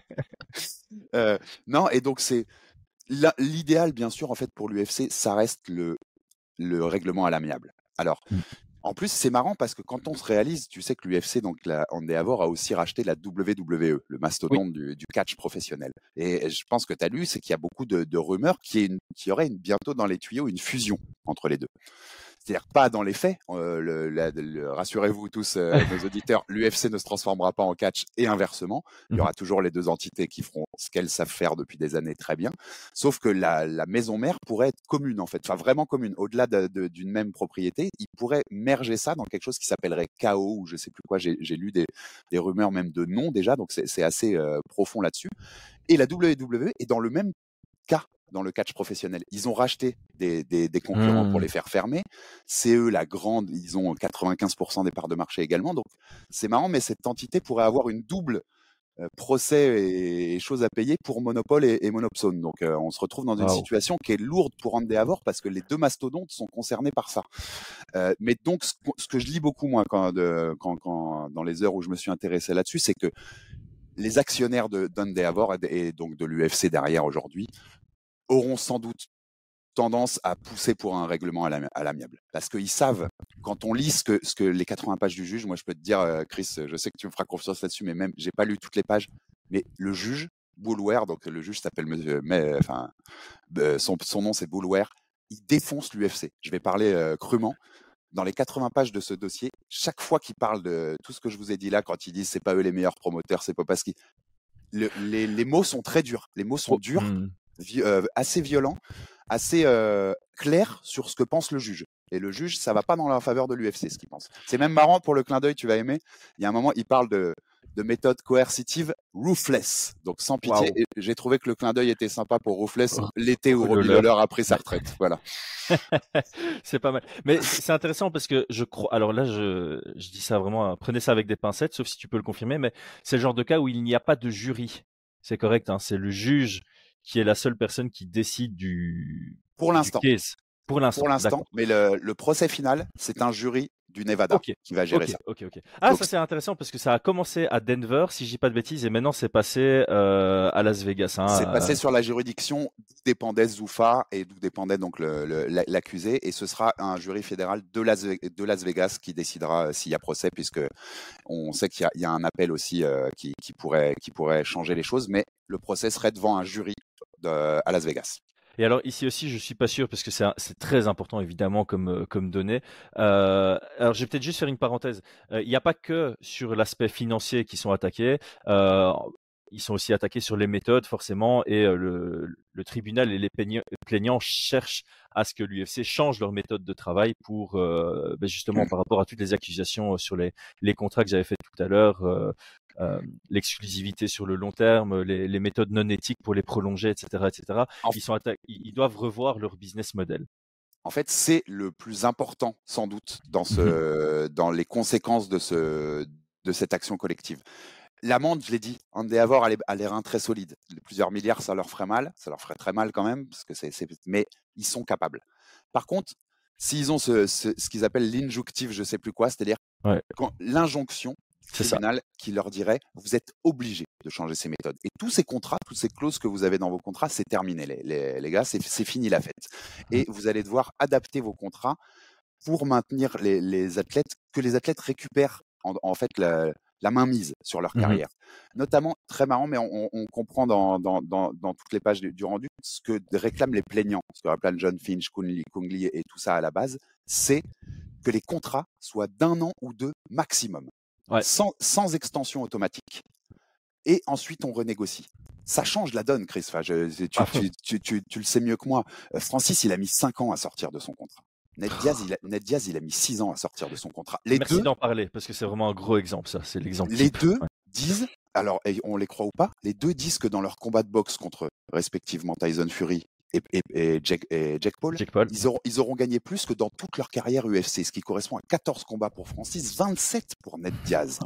Non, et donc c'est l'idéal, bien sûr, en fait, pour l'UFC, ça reste le règlement à l'amiable. Alors, en plus, c'est marrant parce que quand on se réalise, tu sais que l'UFC, donc la Endeavor, a aussi racheté la WWE, le mastodonte du catch professionnel. Et je pense que tu as lu, c'est qu'il y a beaucoup de rumeurs qu'il y aurait bientôt dans les tuyaux une fusion entre les deux. C'est-à-dire pas dans les faits. Rassurez-vous tous, nos auditeurs, l'UFC ne se transformera pas en catch et inversement. Il y aura toujours les deux entités qui feront ce qu'elles savent faire depuis des années très bien. Sauf que la maison mère pourrait être commune en fait, enfin vraiment commune. Au-delà d'une même propriété, ils pourraient merger ça dans quelque chose qui s'appellerait KO ou je sais plus quoi. J'ai lu des rumeurs même de nom déjà, donc c'est assez profond là-dessus. Et la WWE est dans le même cas dans le catch professionnel. Ils ont racheté des concurrents pour les faire fermer. C'est eux la grande, ils ont 95% des parts de marché également. Donc c'est marrant, mais cette entité pourrait avoir une double procès et choses à payer pour Monopole et Monopsone. Donc on se retrouve dans une situation qui est lourde pour Endeavor parce que les deux mastodontes sont concernés par ça. Mais donc ce que je lis beaucoup moi quand dans les heures où je me suis intéressé là-dessus, c'est que les actionnaires d'Endeavor et donc de l'UFC derrière aujourd'hui auront sans doute tendance à pousser pour un règlement à l'amiable. Parce qu'ils savent, quand on lit ce que les 80 pages du juge, moi je peux te dire, Chris, je sais que tu me feras confiance là-dessus, mais même, j'ai pas lu toutes les pages, mais le juge, Boulware, donc le juge s'appelle son nom c'est Boulware, il défonce l'UFC. Je vais parler crûment. Dans les 80 pages de ce dossier, chaque fois qu'il parle de tout ce que je vous ai dit là, quand ils disent c'est pas eux les meilleurs promoteurs, c'est pas parce qu'ils... Les mots sont très durs. Les mots sont durs, assez violents, assez clair sur ce que pense le juge. Et le juge, ça va pas dans la faveur de l'UFC, ce qu'il pense. C'est même marrant pour le clin d'œil, tu vas aimer. Il y a un moment, il parle de méthode coercitive ruthless, donc sans pitié. Et j'ai trouvé que le clin d'œil était sympa pour ruthless l'été où Robbie Lawler a pris sa retraite. Voilà. C'est pas mal. Mais c'est intéressant parce que je crois. Alors là, je dis ça vraiment. Prenez ça avec des pincettes, sauf si tu peux le confirmer. Mais c'est le genre de cas où il n'y a pas de jury. C'est correct. Hein, c'est le juge qui est la seule personne qui décide pour l'instant. Case. Pour l'instant, mais le procès final, c'est un jury du Nevada qui va gérer ça. Ok. Ah, donc, ça c'est intéressant parce que ça a commencé à Denver, si je dis pas de bêtises, et maintenant c'est passé à Las Vegas. Hein, c'est passé sur la juridiction d'où dépendait Zuffa et d'où dépendait donc l'accusé, et ce sera un jury fédéral de Las Vegas qui décidera s'il y a procès, puisque on sait qu'il y a un appel aussi qui pourrait changer les choses, mais le procès serait devant un jury à Las Vegas. Et alors ici aussi, je suis pas sûr parce que c'est très important évidemment comme donnée. Alors je vais peut-être juste faire une parenthèse. Il n'y a pas que sur l'aspect financier qui sont attaqués. Ils sont aussi attaqués sur les méthodes forcément, et le tribunal et les plaignants cherchent à ce que l'UFC change leur méthode de travail pour justement par rapport à toutes les accusations sur les contrats que j'avais fait tout à l'heure. L'exclusivité sur le long terme, les méthodes non éthiques pour les prolonger, etc. Ils doivent revoir leur business model. En fait, c'est le plus important, sans doute, dans les conséquences de cette action collective. L'amende, je l'ai dit, Endeavor a les reins très solides. Plusieurs milliards, ça leur ferait mal. Ça leur ferait très mal quand même, parce que mais ils sont capables. Par contre, s'ils ont ce qu'ils appellent l'injunctive, je sais plus quoi, c'est-à-dire l'injonction tribunal qui leur dirait vous êtes obligés de changer ces méthodes. Et tous ces contrats, toutes ces clauses que vous avez dans vos contrats, c'est terminé, les gars, c'est fini la fête. Et vous allez devoir adapter vos contrats pour maintenir les athlètes, que les athlètes récupèrent en fait la mainmise sur leur carrière. Notamment, très marrant, mais on comprend dans toutes les pages du rendu ce que réclament les plaignants, ce que rappellent John Finch, Kung Lee et tout ça à la base, c'est que les contrats soient d'1 an ou 2 maximum. Sans extension automatique. Et ensuite, on renégocie. Ça change la donne, Chris. Enfin, tu le sais mieux que moi. Francis, il a mis 5 ans à sortir de son contrat. Ned Diaz, il a mis 6 ans à sortir de son contrat. Merci d'en parler, parce que c'est vraiment un gros exemple, ça. C'est l'exemple. Les deux disent, alors, on les croit ou pas, les deux disent que dans leur combat de boxe contre, respectivement, Tyson Fury et Jake Paul, ils auront gagné plus que dans toute leur carrière UFC, ce qui correspond à 14 combats pour Francis, 27 pour Ned Diaz.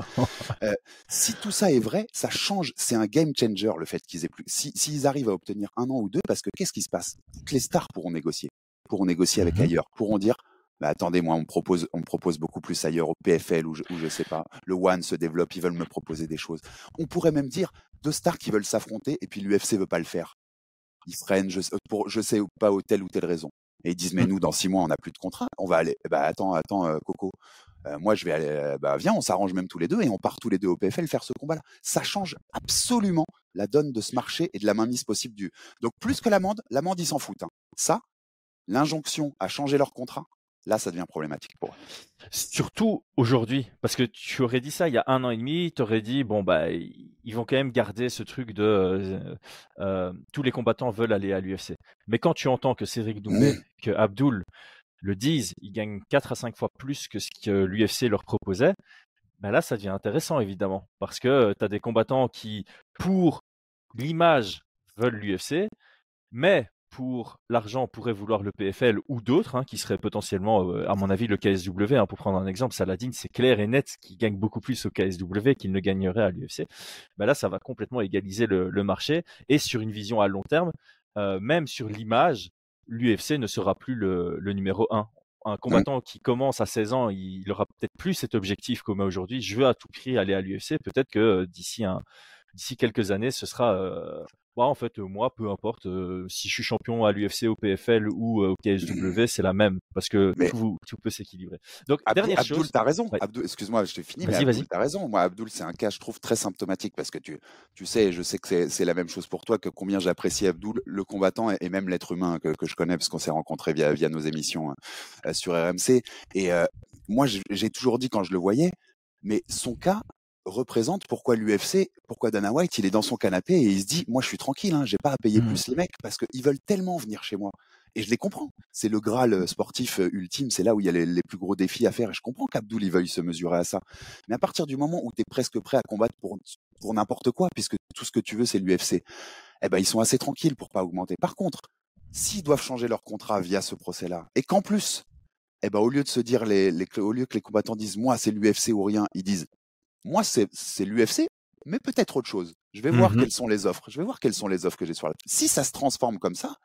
Si tout ça est vrai, ça change, c'est un game changer le fait qu'ils aient plus. S'ils arrivent à obtenir 1 an ou 2, parce que qu'est-ce qui se passe? Toutes les stars pourront négocier avec ailleurs, pourront dire attendez, moi on me propose beaucoup plus ailleurs, au PFL ou je sais pas, le One se développe, ils veulent me proposer des choses. On pourrait même dire 2 stars qui veulent s'affronter et puis l'UFC veut pas le faire. Ils freinent, pour je sais pas, telle ou telle raison. Et ils disent mais nous dans 6 mois on n'a plus de contrat, on va aller. Attends Coco, moi je vais aller. Viens, on s'arrange même tous les deux et on part tous les deux au PFL faire ce combat-là. Ça change absolument la donne de ce marché et de la mainmise possible du. Donc plus que l'amende ils s'en foutent. Hein. Ça, l'injonction à changer leur contrat, là ça devient problématique pour eux. Surtout aujourd'hui, parce que tu aurais dit ça il y a 1 an et demi, tu aurais dit ils vont quand même garder ce truc de tous les combattants veulent aller à l'UFC. Mais quand tu entends que Cédric Doumbé, que Abdul le disent, ils gagnent 4 à 5 fois plus que ce que l'UFC leur proposait, là ça devient intéressant évidemment, parce que tu as des combattants qui, pour l'image, veulent l'UFC, mais pour l'argent pourrait vouloir le PFL ou d'autres, qui seraient potentiellement, à mon avis, le KSW, pour prendre un exemple. Saladin, c'est clair et net qu'il gagne beaucoup plus au KSW qu'il ne gagnerait à l'UFC. Ben là, ça va complètement égaliser le marché. Et sur une vision à long terme, même sur l'image, l'UFC ne sera plus le numéro 1. Un combattant qui commence à 16 ans, il aura peut-être plus cet objectif qu'on a aujourd'hui. Je veux à tout prix aller à l'UFC. Peut-être que d'ici quelques années, ce sera en fait, moi, peu importe si je suis champion à l'UFC, au PFL ou au KSW, c'est la même parce que Mais tout peut s'équilibrer. Donc, dernière Abdul, chose. t'as raison. Ouais. Excuse-moi, je t'ai fini, mais Vas-y, Abdul, vas-y. t'as raison. Moi, Abdul, c'est un cas, je trouve, très symptomatique parce que tu sais, je sais que c'est la même chose pour toi, que combien j'apprécie Abdul, le combattant et même l'être humain que je connais parce qu'on s'est rencontrés via nos émissions sur RMC. Et moi, j'ai toujours dit quand je le voyais, mais son cas représente pourquoi l'UFC, pourquoi Dana White, il est dans son canapé et il se dit, moi, je suis tranquille, j'ai pas à payer plus les mecs parce qu'ils veulent tellement venir chez moi. Et je les comprends. C'est le Graal sportif ultime. C'est là où il y a les plus gros défis à faire. Et je comprends qu'Abdul il veuille se mesurer à ça. Mais à partir du moment où tu es presque prêt à combattre pour n'importe quoi, puisque tout ce que tu veux, c'est l'UFC, eh ben, ils sont assez tranquilles pour pas augmenter. Par contre, s'ils doivent changer leur contrat via ce procès-là, et qu'en plus, eh ben, au lieu de se dire, au lieu que les combattants disent, moi, c'est l'UFC ou rien, ils disent, moi, c'est l'UFC, mais peut-être autre chose. Je vais voir quelles sont les offres. Je vais voir quelles sont les offres que j'ai sur la. Si ça se transforme comme ça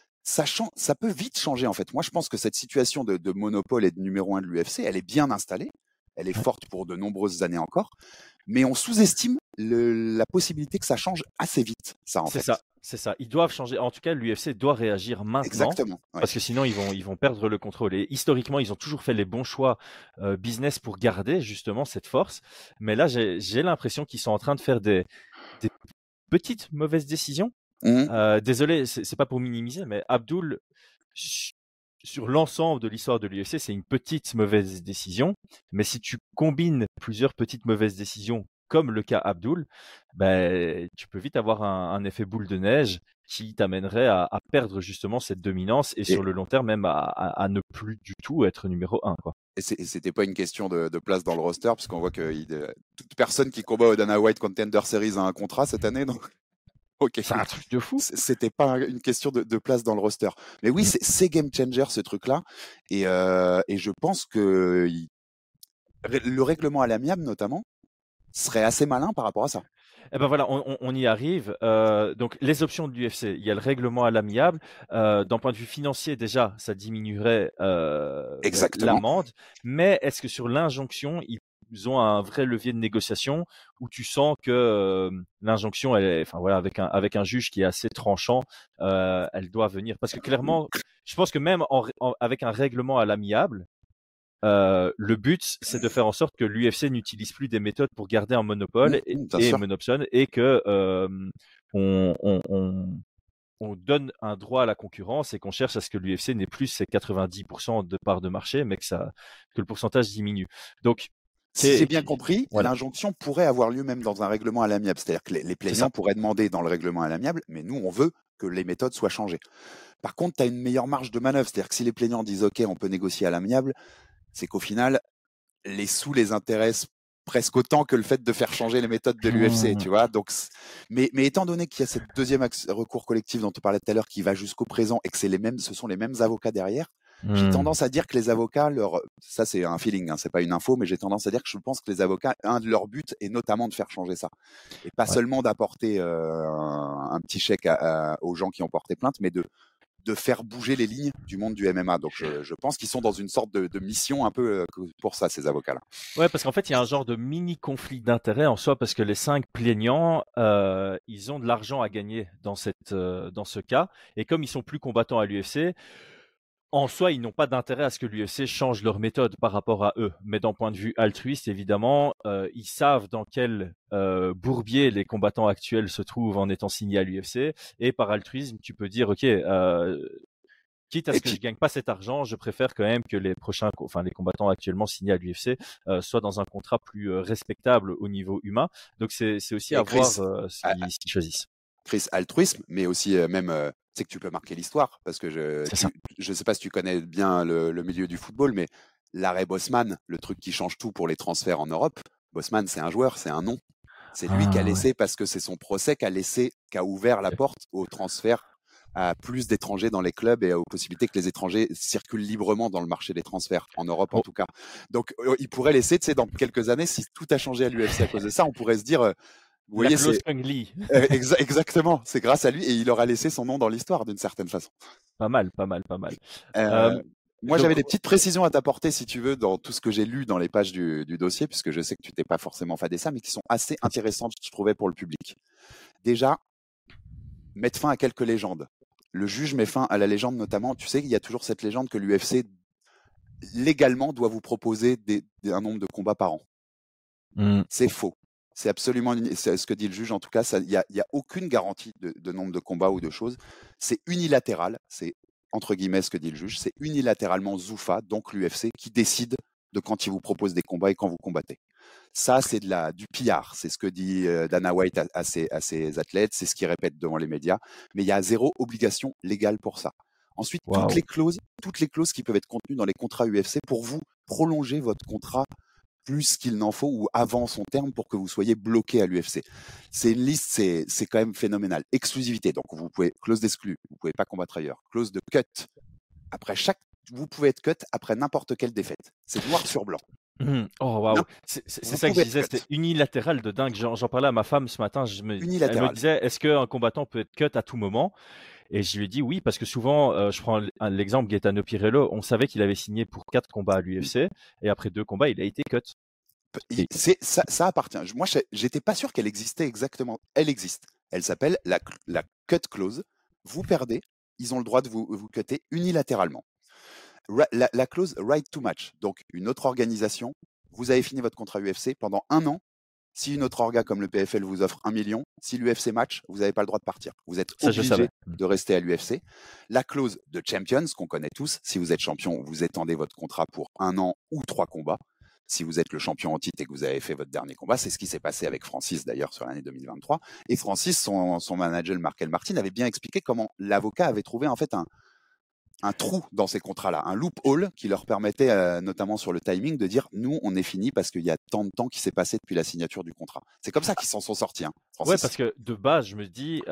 peut vite changer en fait. Moi, je pense que cette situation de monopole et de numéro 1 de l'UFC, elle est bien installée, elle est forte pour de nombreuses années encore, mais on sous-estime la possibilité que ça change assez vite, ça en fait. C'est ça. Ils doivent changer. En tout cas, l'UFC doit réagir maintenant. Exactement. Ouais. Parce que sinon, ils vont perdre le contrôle. Et historiquement, ils ont toujours fait les bons choix business pour garder justement cette force. Mais là, j'ai l'impression qu'ils sont en train de faire des petites mauvaises décisions. Désolé, c'est pas pour minimiser, mais Abdul, sur l'ensemble de l'histoire de l'UFC, c'est une petite mauvaise décision. Mais si tu combines plusieurs petites mauvaises décisions, comme le cas Abdul, tu peux vite avoir un effet boule de neige qui t'amènerait à perdre justement cette dominance et sur le long terme même à ne plus du tout être numéro 1. Quoi. Et c'était pas une question de place dans le roster, puisqu'on voit que toute personne qui combat au Dana White Contender Series a un contrat cette année, donc ok. C'est un truc de fou. C'était pas une question de place dans le roster. Mais oui, c'est game changer ce truc-là. Et je pense que le règlement à l'amiable, notamment, serait assez malin par rapport à ça. Eh ben voilà, on y arrive. Donc les options de l'UFC, il y a le règlement à l'amiable. D'un point de vue financier, déjà, ça diminuerait l'amende. Mais est-ce que sur l'injonction, ils ont un vrai levier de négociation où tu sens que l'injonction, avec un juge qui est assez tranchant, elle doit venir. Parce que clairement, je pense que même avec un règlement à l'amiable, le but, c'est de faire en sorte que l'UFC n'utilise plus des méthodes pour garder un monopole et monopsone et que on donne un droit à la concurrence et qu'on cherche à ce que l'UFC n'ait plus ses 90% de parts de marché, mais que le pourcentage diminue. Donc, si j'ai bien compris, l'injonction pourrait avoir lieu même dans un règlement à l'amiable. C'est-à-dire que les plaignants pourraient demander dans le règlement à l'amiable, mais nous, on veut que les méthodes soient changées. Par contre, tu as une meilleure marge de manœuvre. C'est-à-dire que si les plaignants disent OK, on peut négocier à l'amiable, c'est qu'au final, les sous les intéressent presque autant que le fait de faire changer les méthodes de l'UFC, tu vois. Donc, mais étant donné qu'il y a cette deuxième recours collectif dont tu parlais tout à l'heure qui va jusqu'au présent et que ce sont les mêmes avocats derrière, j'ai tendance à dire que les avocats, ça c'est un feeling, c'est pas une info, mais j'ai tendance à dire que je pense que les avocats, un de leurs buts est notamment de faire changer ça. Et pas seulement d'apporter un petit chèque aux gens qui ont porté plainte, mais de faire bouger les lignes du monde du MMA. Donc, je pense qu'ils sont dans une sorte de mission un peu pour ça, ces avocats-là. Ouais, parce qu'en fait, il y a un genre de mini conflit d'intérêts en soi, parce que les 5 plaignants, ils ont de l'argent à gagner dans ce cas. Et comme ils sont plus combattants à l'UFC, en soi, ils n'ont pas d'intérêt à ce que l'UFC change leur méthode par rapport à eux. Mais d'un point de vue altruiste, évidemment, ils savent dans quel bourbier les combattants actuels se trouvent en étant signés à l'UFC. Et par altruisme, tu peux dire, OK, quitte à ce que je gagne pas cet argent, je préfère quand même que les combattants actuellement signés à l'UFC soient dans un contrat plus respectable au niveau humain. Donc c'est aussi à voir ce qu'ils choisissent. Chris, altruisme, mais aussi c'est que tu peux marquer l'histoire, parce que je sais pas si tu connais bien le milieu du football, mais l'arrêt Bosman, le truc qui change tout pour les transferts en Europe, Bosman, c'est un joueur, c'est un nom. C'est lui qui a laissé, parce que c'est son procès qui a ouvert la porte au transfert à plus d'étrangers dans les clubs et aux possibilités que les étrangers circulent librement dans le marché des transferts, en Europe en tout cas. Donc, il pourrait laisser, tu sais, dans quelques années, si tout a changé à l'UFC à cause de ça, on pourrait se dire, vous La voyez, clause c'est Kung Lee. exactement, c'est grâce à lui et il aura laissé son nom dans l'histoire d'une certaine façon. Pas mal, pas mal, pas mal. Euh, Moi, Donc, j'avais des petites précisions à t'apporter, si tu veux, dans tout ce que j'ai lu dans les pages du dossier, puisque je sais que tu t'es pas forcément fadé ça, mais qui sont assez intéressantes, je trouvais, pour le public. Déjà, mettre fin à quelques légendes. Le juge met fin à la légende, notamment. Tu sais, il y a toujours cette légende que l'UFC, légalement, doit vous proposer un nombre de combats par an. C'est faux. C'est absolument c'est ce que dit le juge. En tout cas, il y a aucune garantie de nombre de combats ou de choses. C'est unilatéral. C'est entre guillemets ce que dit le juge. C'est unilatéralement Zuffa, donc l'UFC, qui décide de quand il vous propose des combats et quand vous combattez. Ça, c'est du pillard. C'est ce que dit Dana White à ses athlètes. C'est ce qu'il répète devant les médias. Mais il y a zéro obligation légale pour ça. Ensuite, toutes les clauses qui peuvent être contenues dans les contrats UFC pour vous prolonger votre contrat plus qu'il n'en faut ou avant son terme pour que vous soyez bloqué à l'UFC. C'est une liste, c'est quand même phénoménal. Exclusivité, donc vous pouvez, clause d'exclus, vous pouvez pas combattre ailleurs. Clause de cut, vous pouvez être cut après n'importe quelle défaite. C'est noir sur blanc. Oh waouh, c'est ça que je disais, c'était unilatéral de dingue. J'en parlais à ma femme ce matin, elle me disait, est-ce qu'un combattant peut être cut à tout moment? Et je lui ai dit oui, parce que souvent, je prends l'exemple Gaetano Pirello, on savait qu'il avait signé pour 4 combats à l'UFC, et après 2 combats, il a été cut. Ça appartient. Moi, j'étais pas sûr qu'elle existait exactement. Elle existe. Elle s'appelle la cut clause. Vous perdez, ils ont le droit de vous cutter unilatéralement. La clause right to match. Donc, une autre organisation, vous avez fini votre contrat UFC pendant 1 an. Si une autre orga comme le PFL vous offre 1 million, si l'UFC match, vous n'avez pas le droit de partir. Vous êtes obligé de rester à l'UFC. La clause de Champions, qu'on connaît tous, si vous êtes champion, vous étendez votre contrat pour 1 an ou 3 combats. Si vous êtes le champion en titre et que vous avez fait votre dernier combat, c'est ce qui s'est passé avec Francis d'ailleurs sur l'année 2023. Et Francis, son manager Markel Martin, avait bien expliqué comment l'avocat avait trouvé en fait un trou dans ces contrats-là, un loophole qui leur permettait, notamment sur le timing, de dire nous, on est fini parce qu'il y a tant de temps qui s'est passé depuis la signature du contrat. C'est comme ça qu'ils s'en sont sortis. Francis. Ouais, parce que de base, je me dis,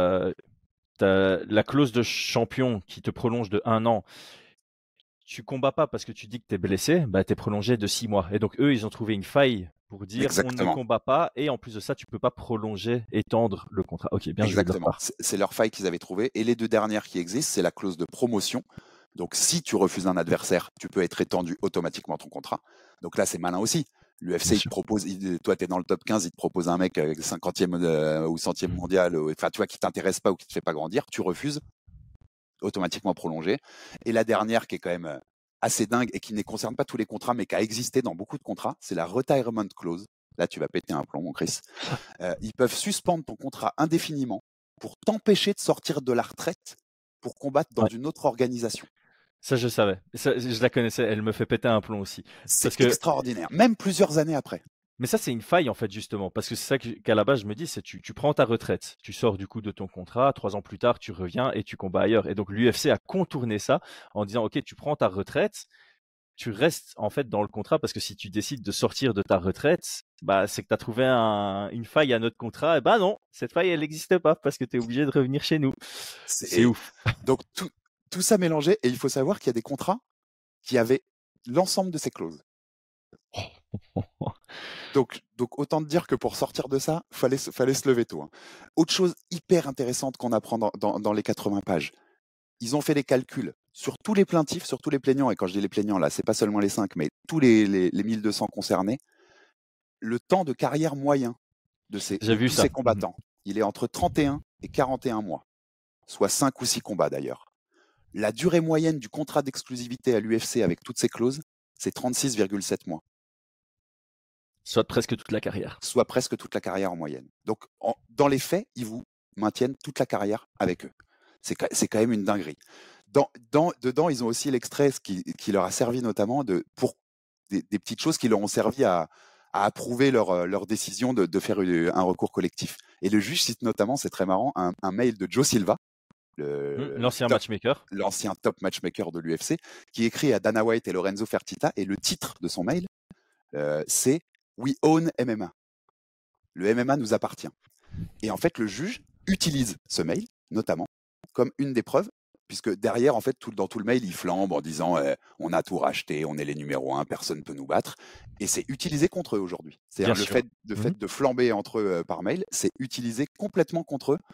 t'as la clause de champion qui te prolonge de 1 an. Tu combats pas parce que tu dis que tu es blessé, bah, tu es prolongé de 6 mois. Et donc, eux, ils ont trouvé une faille pour dire on ne combat pas. Et en plus de ça, tu peux pas prolonger, étendre le contrat. Ok, bien joué de leur part. C'est leur faille qu'ils avaient trouvée. Et les 2 dernières qui existent, c'est la clause de promotion. Donc, si tu refuses un adversaire, tu peux être étendu automatiquement ton contrat. Donc là, c'est malin aussi. L'UFC, il te propose, toi, tu es dans le top 15, il te propose un mec 50e ou 100e mondial, enfin, tu vois, qui t'intéresse pas ou qui te fait pas grandir, tu refuses, automatiquement prolongé. Et la dernière qui est quand même assez dingue et qui ne concerne pas tous les contrats, mais qui a existé dans beaucoup de contrats, c'est la retirement clause. Là, tu vas péter un plomb, mon Chris. Ils peuvent suspendre ton contrat indéfiniment pour t'empêcher de sortir de la retraite pour combattre dans une autre organisation. Ça, je savais. Ça, je la connaissais. Elle me fait péter un plomb aussi. C'est extraordinaire, même plusieurs années après. Mais ça, c'est une faille, en fait, justement. Parce que c'est ça qu'à la base, je me dis, c'est tu prends ta retraite, tu sors du coup de ton contrat, 3 ans plus tard, tu reviens et tu combats ailleurs. Et donc, l'UFC a contourné ça en disant, OK, tu prends ta retraite, tu restes en fait dans le contrat parce que si tu décides de sortir de ta retraite, bah, c'est que tu as trouvé une faille à notre contrat. Et bah non, cette faille, elle n'existe pas parce que tu es obligé de revenir chez nous. C'est ouf. Donc, tout ça mélangé, et il faut savoir qu'il y a des contrats qui avaient l'ensemble de ces clauses. Donc, autant te dire que pour sortir de ça, fallait se lever tôt. Autre chose hyper intéressante qu'on apprend dans les 80 pages, ils ont fait des calculs sur tous les plaintifs, sur tous les plaignants, et quand je dis les plaignants, là, c'est pas seulement les 5, mais tous les 1200 concernés, le temps de carrière moyen de tous ces combattants, il est entre 31 et 41 mois, soit 5 ou 6 combats d'ailleurs. La durée moyenne du contrat d'exclusivité à l'UFC avec toutes ces clauses, c'est 36,7 mois. Soit presque toute la carrière. Soit presque toute la carrière en moyenne. Donc, dans les faits, ils vous maintiennent toute la carrière avec eux. C'est quand même une dinguerie. Dedans, ils ont aussi l'extrait qui leur a servi notamment pour des petites choses qui leur ont servi à approuver leur décision de faire un recours collectif. Et le juge cite notamment, c'est très marrant, un mail de Joe Silva, l'ancien matchmaker. L'ancien top matchmaker de l'UFC, qui écrit à Dana White et Lorenzo Fertitta, et le titre de son mail, c'est We own MMA. Le MMA nous appartient. Et en fait, le juge utilise ce mail, notamment, comme une des preuves, puisque derrière, en fait, dans tout le mail, il flambe en disant on a tout racheté, on est les numéros 1, personne ne peut nous battre. Et c'est utilisé contre eux aujourd'hui. Bien C'est-à-dire sûr. fait de flamber entre eux par mail, c'est utilisé complètement contre eux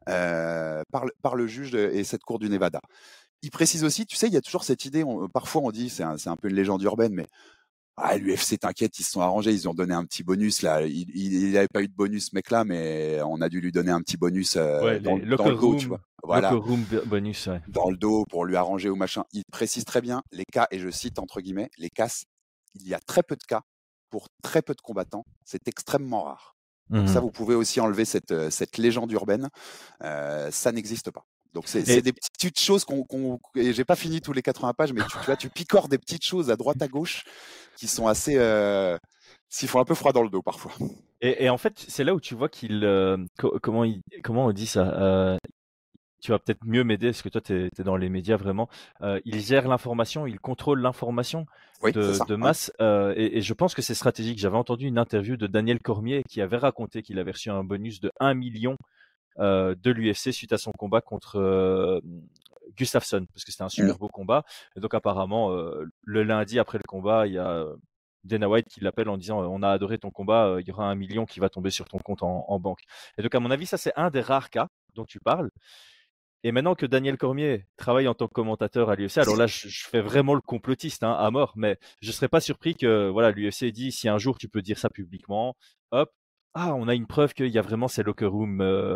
par le juge et cette cour du Nevada. Il précise aussi, tu sais, il y a toujours cette idée, parfois on dit, c'est un peu une légende urbaine, mais l'UFC, t'inquiète, ils se sont arrangés, ils ont donné un petit bonus là. Il n'avait pas eu de bonus, ce mec-là, mais on a dû lui donner un petit bonus Ouais, dans les le locker dos, tu vois. room, Voilà, bonus, ouais. dans le dos pour lui arranger ou machin. Il précise très bien les cas, et je cite entre guillemets, les cas, il y a très peu de cas pour très peu de combattants. C'est extrêmement rare. Donc ça, vous pouvez aussi enlever cette légende urbaine. Ça n'existe pas. Donc c'est des petites choses et j'ai pas fini tous les 80 pages, mais tu picores des petites choses à droite à gauche qui sont assez s'ils font un peu froid dans le dos parfois. Et en fait, c'est là où tu vois comment on dit ça, tu vas peut-être mieux m'aider parce que toi, tu es dans les médias vraiment. Il gère l'information, il contrôle l'information Oui, c'est ça, de masse. Et je pense que c'est stratégique. J'avais entendu une interview de Daniel Cormier qui avait raconté qu'il avait reçu un bonus de 1 million de l'UFC suite à son combat contre Gustafsson, parce que c'était un super beau combat. Et donc apparemment, le lundi après le combat, il y a Dana White qui l'appelle en disant on a adoré ton combat, il y aura 1 million qui va tomber sur ton compte en banque. Et donc à mon avis, ça c'est un des rares cas dont tu parles. Et maintenant que Daniel Cormier travaille en tant que commentateur à l'UFC, alors là, je fais vraiment le complotiste à mort, mais je serais pas surpris que voilà, l'UFC dit si un jour tu peux dire ça publiquement, hop, on a une preuve qu'il y a vraiment ces locker room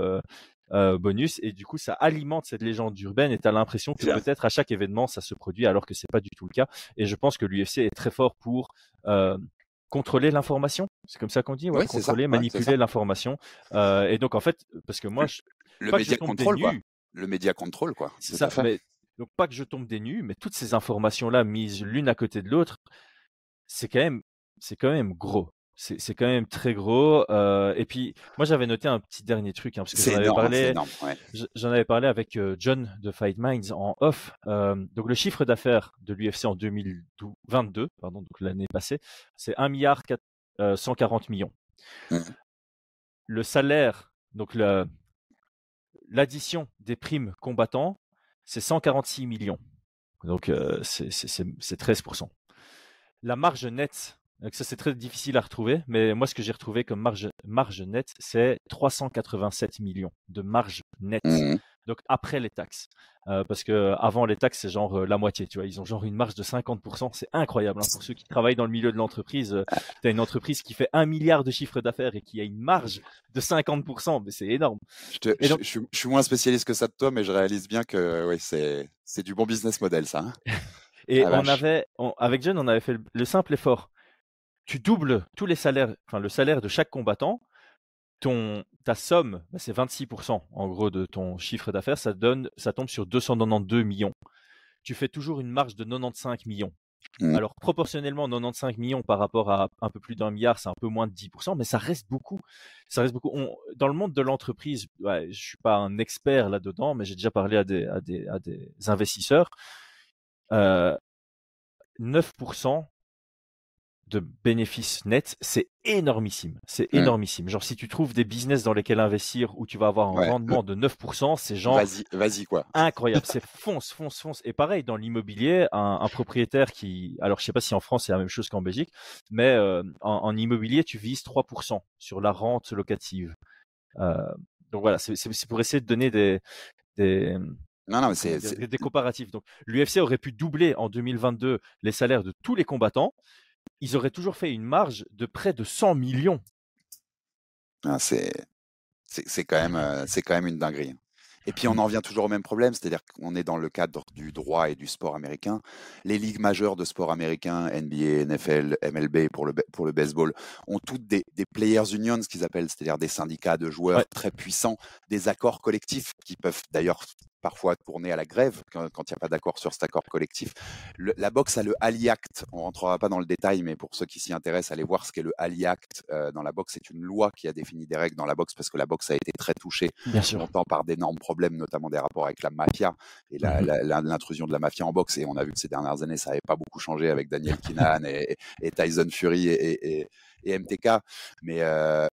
bonus, et du coup, ça alimente cette légende urbaine, et tu as l'impression que peut-être à chaque événement, ça se produit, alors que c'est pas du tout le cas. Et je pense que l'UFC est très fort pour contrôler l'information. C'est comme ça qu'on dit, ouais, contrôler, ça, manipuler l'information. Et donc, en fait, parce que moi, le pas que je média tombe des contrôle, quoi. nues, Le média contrôle, quoi. c'est Tout ça, à fait. mais donc pas que je tombe des nues, mais toutes ces informations-là mises l'une à côté de l'autre, c'est quand même gros. C'est quand même très gros. Et puis, moi, j'avais noté un petit dernier truc, parce que C'est énorme, c'est énorme. Ouais. j'en avais parlé avec John de Fight Minds en off. Donc, le chiffre d'affaires de l'UFC en 2022, pardon, donc l'année passée, c'est 1 milliard 140 millions. Le salaire, donc l'addition des primes combattants, c'est 146 millions. Donc, c'est 13%. La marge nette, donc ça c'est très difficile à retrouver, mais moi ce que j'ai retrouvé comme marge nette, c'est 387 millions de marge nette. Donc après les taxes. Parce que avant les taxes, c'est genre la moitié, tu vois. Ils ont genre une marge de 50%. C'est incroyable, pour ceux qui travaillent dans le milieu de l'entreprise. Tu as une entreprise qui fait 1 milliard de chiffre d'affaires et qui a une marge de 50%. Mais c'est énorme. Je suis moins spécialiste que ça de toi, mais je réalise bien que oui, c'est du bon business model, ça. Hein. Et avec John, on avait fait le simple effort. Tu doubles tous les salaires, enfin le salaire de chaque combattant. Ta somme, c'est 26% en gros de ton chiffre d'affaires, ça tombe sur 292 millions. Tu fais toujours une marge de 95 millions. Alors proportionnellement, 95 millions par rapport à un peu plus d'1 milliard, c'est un peu moins de 10%, mais ça reste beaucoup. Ça reste beaucoup. Dans le monde de l'entreprise, je suis pas un expert là-dedans, mais j'ai déjà parlé à des investisseurs. 9% de bénéfices nets, c'est énormissime. C'est énormissime. Genre, si tu trouves des business dans lesquels investir où tu vas avoir un rendement de 9%, c'est genre vas-y quoi. Incroyable. C'est fonce. Et pareil, dans l'immobilier, un propriétaire alors je sais pas si en France c'est la même chose qu'en Belgique, mais en immobilier, tu vises 3% sur la rente locative. Donc voilà, c'est pour essayer de donner des comparatifs. Donc l'UFC aurait pu doubler en 2022 les salaires de tous les combattants. Ils auraient toujours fait une marge de près de 100 millions. C'est quand même une dinguerie. Et puis on en vient toujours au même problème, c'est-à-dire qu'on est dans le cadre du droit et du sport américain. Les ligues majeures de sport américain, NBA, NFL, MLB pour le baseball, ont toutes des players unions, ce qu'ils appellent, c'est-à-dire des syndicats de joueurs très puissants, des accords collectifs qui peuvent d'ailleurs parfois tourner à la grève quand il n'y a pas d'accord sur cet accord collectif. La boxe a le Ali Act. On ne rentrera pas dans le détail, mais pour ceux qui s'y intéressent, allez voir ce qu'est le Ali Act dans la boxe. C'est une loi qui a défini des règles dans la boxe parce que la boxe a été très touchée longtemps par d'énormes problèmes, notamment des rapports avec la mafia et l'intrusion de la mafia en boxe. Et on a vu que ces dernières années, ça n'avait pas beaucoup changé avec Daniel Kinahan et Tyson Fury et MTK. Mais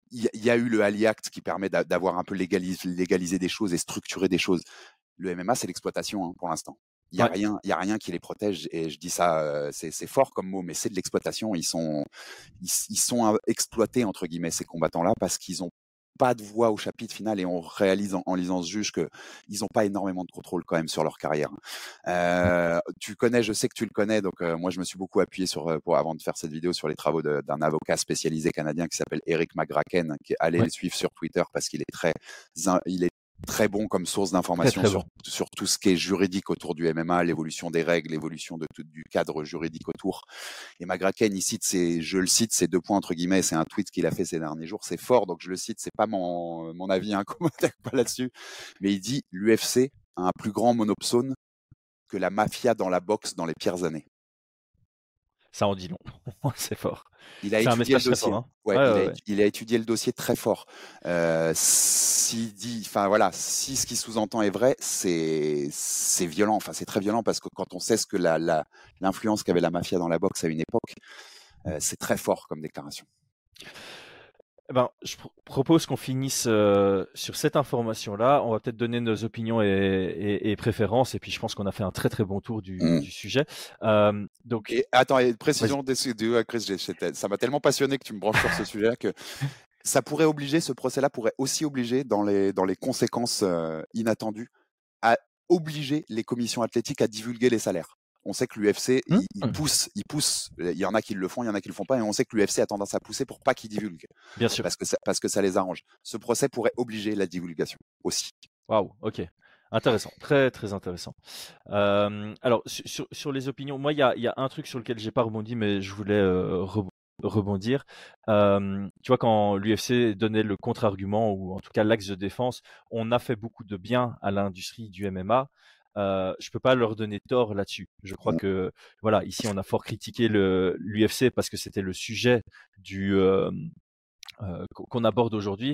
il y a eu le Ali Act qui permet d'avoir un peu légalisé des choses et structuré des choses. Le MMA, c'est l'exploitation hein, pour l'instant. Il y a rien qui les protège. Et je dis ça, c'est fort comme mot, mais c'est de l'exploitation. Ils sont exploités entre guillemets ces combattants-là parce qu'ils ont pas de voix au chapitre final et on réalise en lisant ce juge que ils ont pas énormément de contrôle quand même sur leur carrière. Tu connais, je sais que tu le connais, donc moi je me suis beaucoup appuyé avant de faire cette vidéo sur les travaux d'un avocat spécialisé canadien qui s'appelle Eric McGraken, qui allez le suivre sur Twitter parce qu'il est très bon comme source d'information sur tout ce qui est juridique autour du MMA, l'évolution des règles, l'évolution du cadre juridique autour. Et McGraken, je le cite, c'est 2 points entre guillemets, c'est un tweet qu'il a fait ces derniers jours, c'est fort, donc je le cite, c'est pas mon avis, hein, commentaire pas là-dessus, mais il dit l'UFC a un plus grand monopsone que la mafia dans la boxe dans les pires années. Ça en dit long, c'est fort. Il a étudié le dossier. Fort, hein. Il a étudié le dossier très fort. Si ce qu'il sous-entend est vrai, c'est violent. Enfin, c'est très violent parce que quand on sait ce que l'influence qu'avait la mafia dans la boxe à une époque, c'est très fort comme déclaration. Je propose qu'on finisse sur cette information-là. On va peut-être donner nos opinions et préférences. Et puis, je pense qu'on a fait un très très bon tour du sujet. Donc, attends, et précision Chris, ça m'a tellement passionné que tu me branches sur ce sujet-là que ce procès-là pourrait aussi obliger dans les conséquences inattendues à obliger les commissions athlétiques à divulguer les salaires. On sait que l'UFC, il pousse. Il y en a qui le font, il y en a qui le font pas, et on sait que l'UFC a tendance à pousser pour pas qu'ils divulguent. Bien sûr. Parce que ça les arrange. Ce procès pourrait obliger la divulgation aussi. Waouh, ok. Intéressant, très très intéressant. Alors sur les opinions, moi il y a un truc sur lequel j'ai pas rebondi, mais je voulais rebondir. Tu vois, quand l'UFC donnait le contre-argument ou en tout cas l'axe de défense, on a fait beaucoup de bien à l'industrie du MMA. Je peux pas leur donner tort là-dessus. Je crois que voilà, ici on a fort critiqué l'UFC parce que c'était le sujet qu'on aborde aujourd'hui.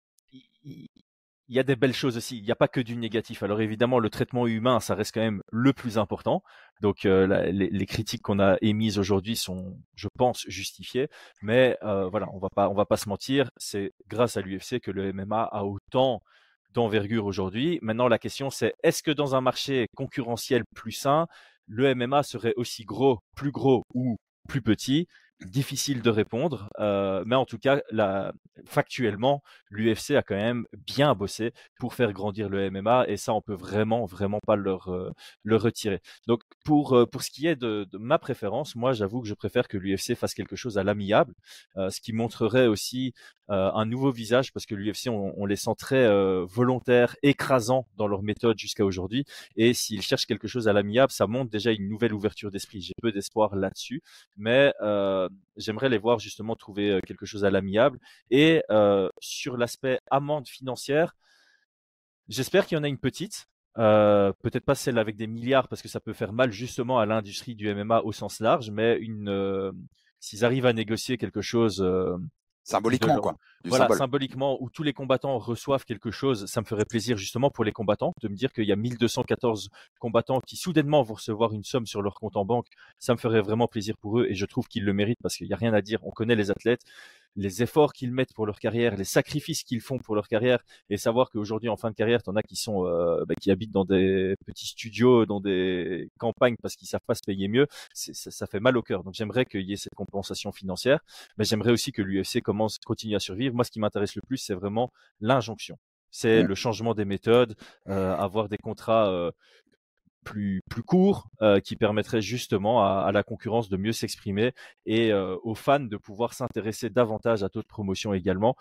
Il y a des belles choses aussi. Il n'y a pas que du négatif. Alors évidemment, le traitement humain, ça reste quand même le plus important. Donc les critiques qu'on a émises aujourd'hui sont, je pense, justifiées. Mais voilà, on va pas se mentir. C'est grâce à l'UFC que le MMA a autant d'envergure aujourd'hui. Maintenant, la question c'est, est-ce que dans un marché concurrentiel plus sain, le MMA serait aussi plus gros ou plus petit? Difficile de répondre, mais en tout cas, factuellement, l'UFC a quand même bien bossé pour faire grandir le MMA et ça, on peut vraiment pas le retirer. Donc, pour ce qui est de ma préférence, moi, j'avoue que je préfère que l'UFC fasse quelque chose à l'amiable, ce qui montrerait aussi un nouveau visage parce que l'UFC, on les sent très volontaires, écrasants dans leur méthode jusqu'à aujourd'hui. Et s'ils cherchent quelque chose à l'amiable, ça montre déjà une nouvelle ouverture d'esprit. J'ai peu d'espoir là-dessus, mais j'aimerais les voir justement trouver quelque chose à l'amiable. Et sur l'aspect amende financière, j'espère qu'il y en a une petite. Peut-être pas celle avec des milliards parce que ça peut faire mal justement à l'industrie du MMA au sens large, mais s'ils arrivent à négocier quelque chose symboliquement, quoi. Voilà, symboliquement, où tous les combattants reçoivent quelque chose, ça me ferait plaisir justement pour les combattants de me dire qu'il y a 1214 combattants qui soudainement vont recevoir une somme sur leur compte en banque. Ça me ferait vraiment plaisir pour eux et je trouve qu'ils le méritent parce qu'il n'y a rien à dire. On connaît les athlètes, les efforts qu'ils mettent pour leur carrière, les sacrifices qu'ils font pour leur carrière et savoir qu'aujourd'hui en fin de carrière, t'en as qui sont qui habitent dans des petits studios, dans des campagnes parce qu'ils savent pas se payer mieux, ça fait mal au cœur. Donc j'aimerais qu'il y ait cette compensation financière, mais j'aimerais aussi que l'UFC continue à survivre. Moi, ce qui m'intéresse le plus, c'est vraiment l'injonction. C'est le changement des méthodes, avoir des contrats plus courts qui permettraient justement à la concurrence de mieux s'exprimer et aux fans de pouvoir s'intéresser davantage à d'autres promotions également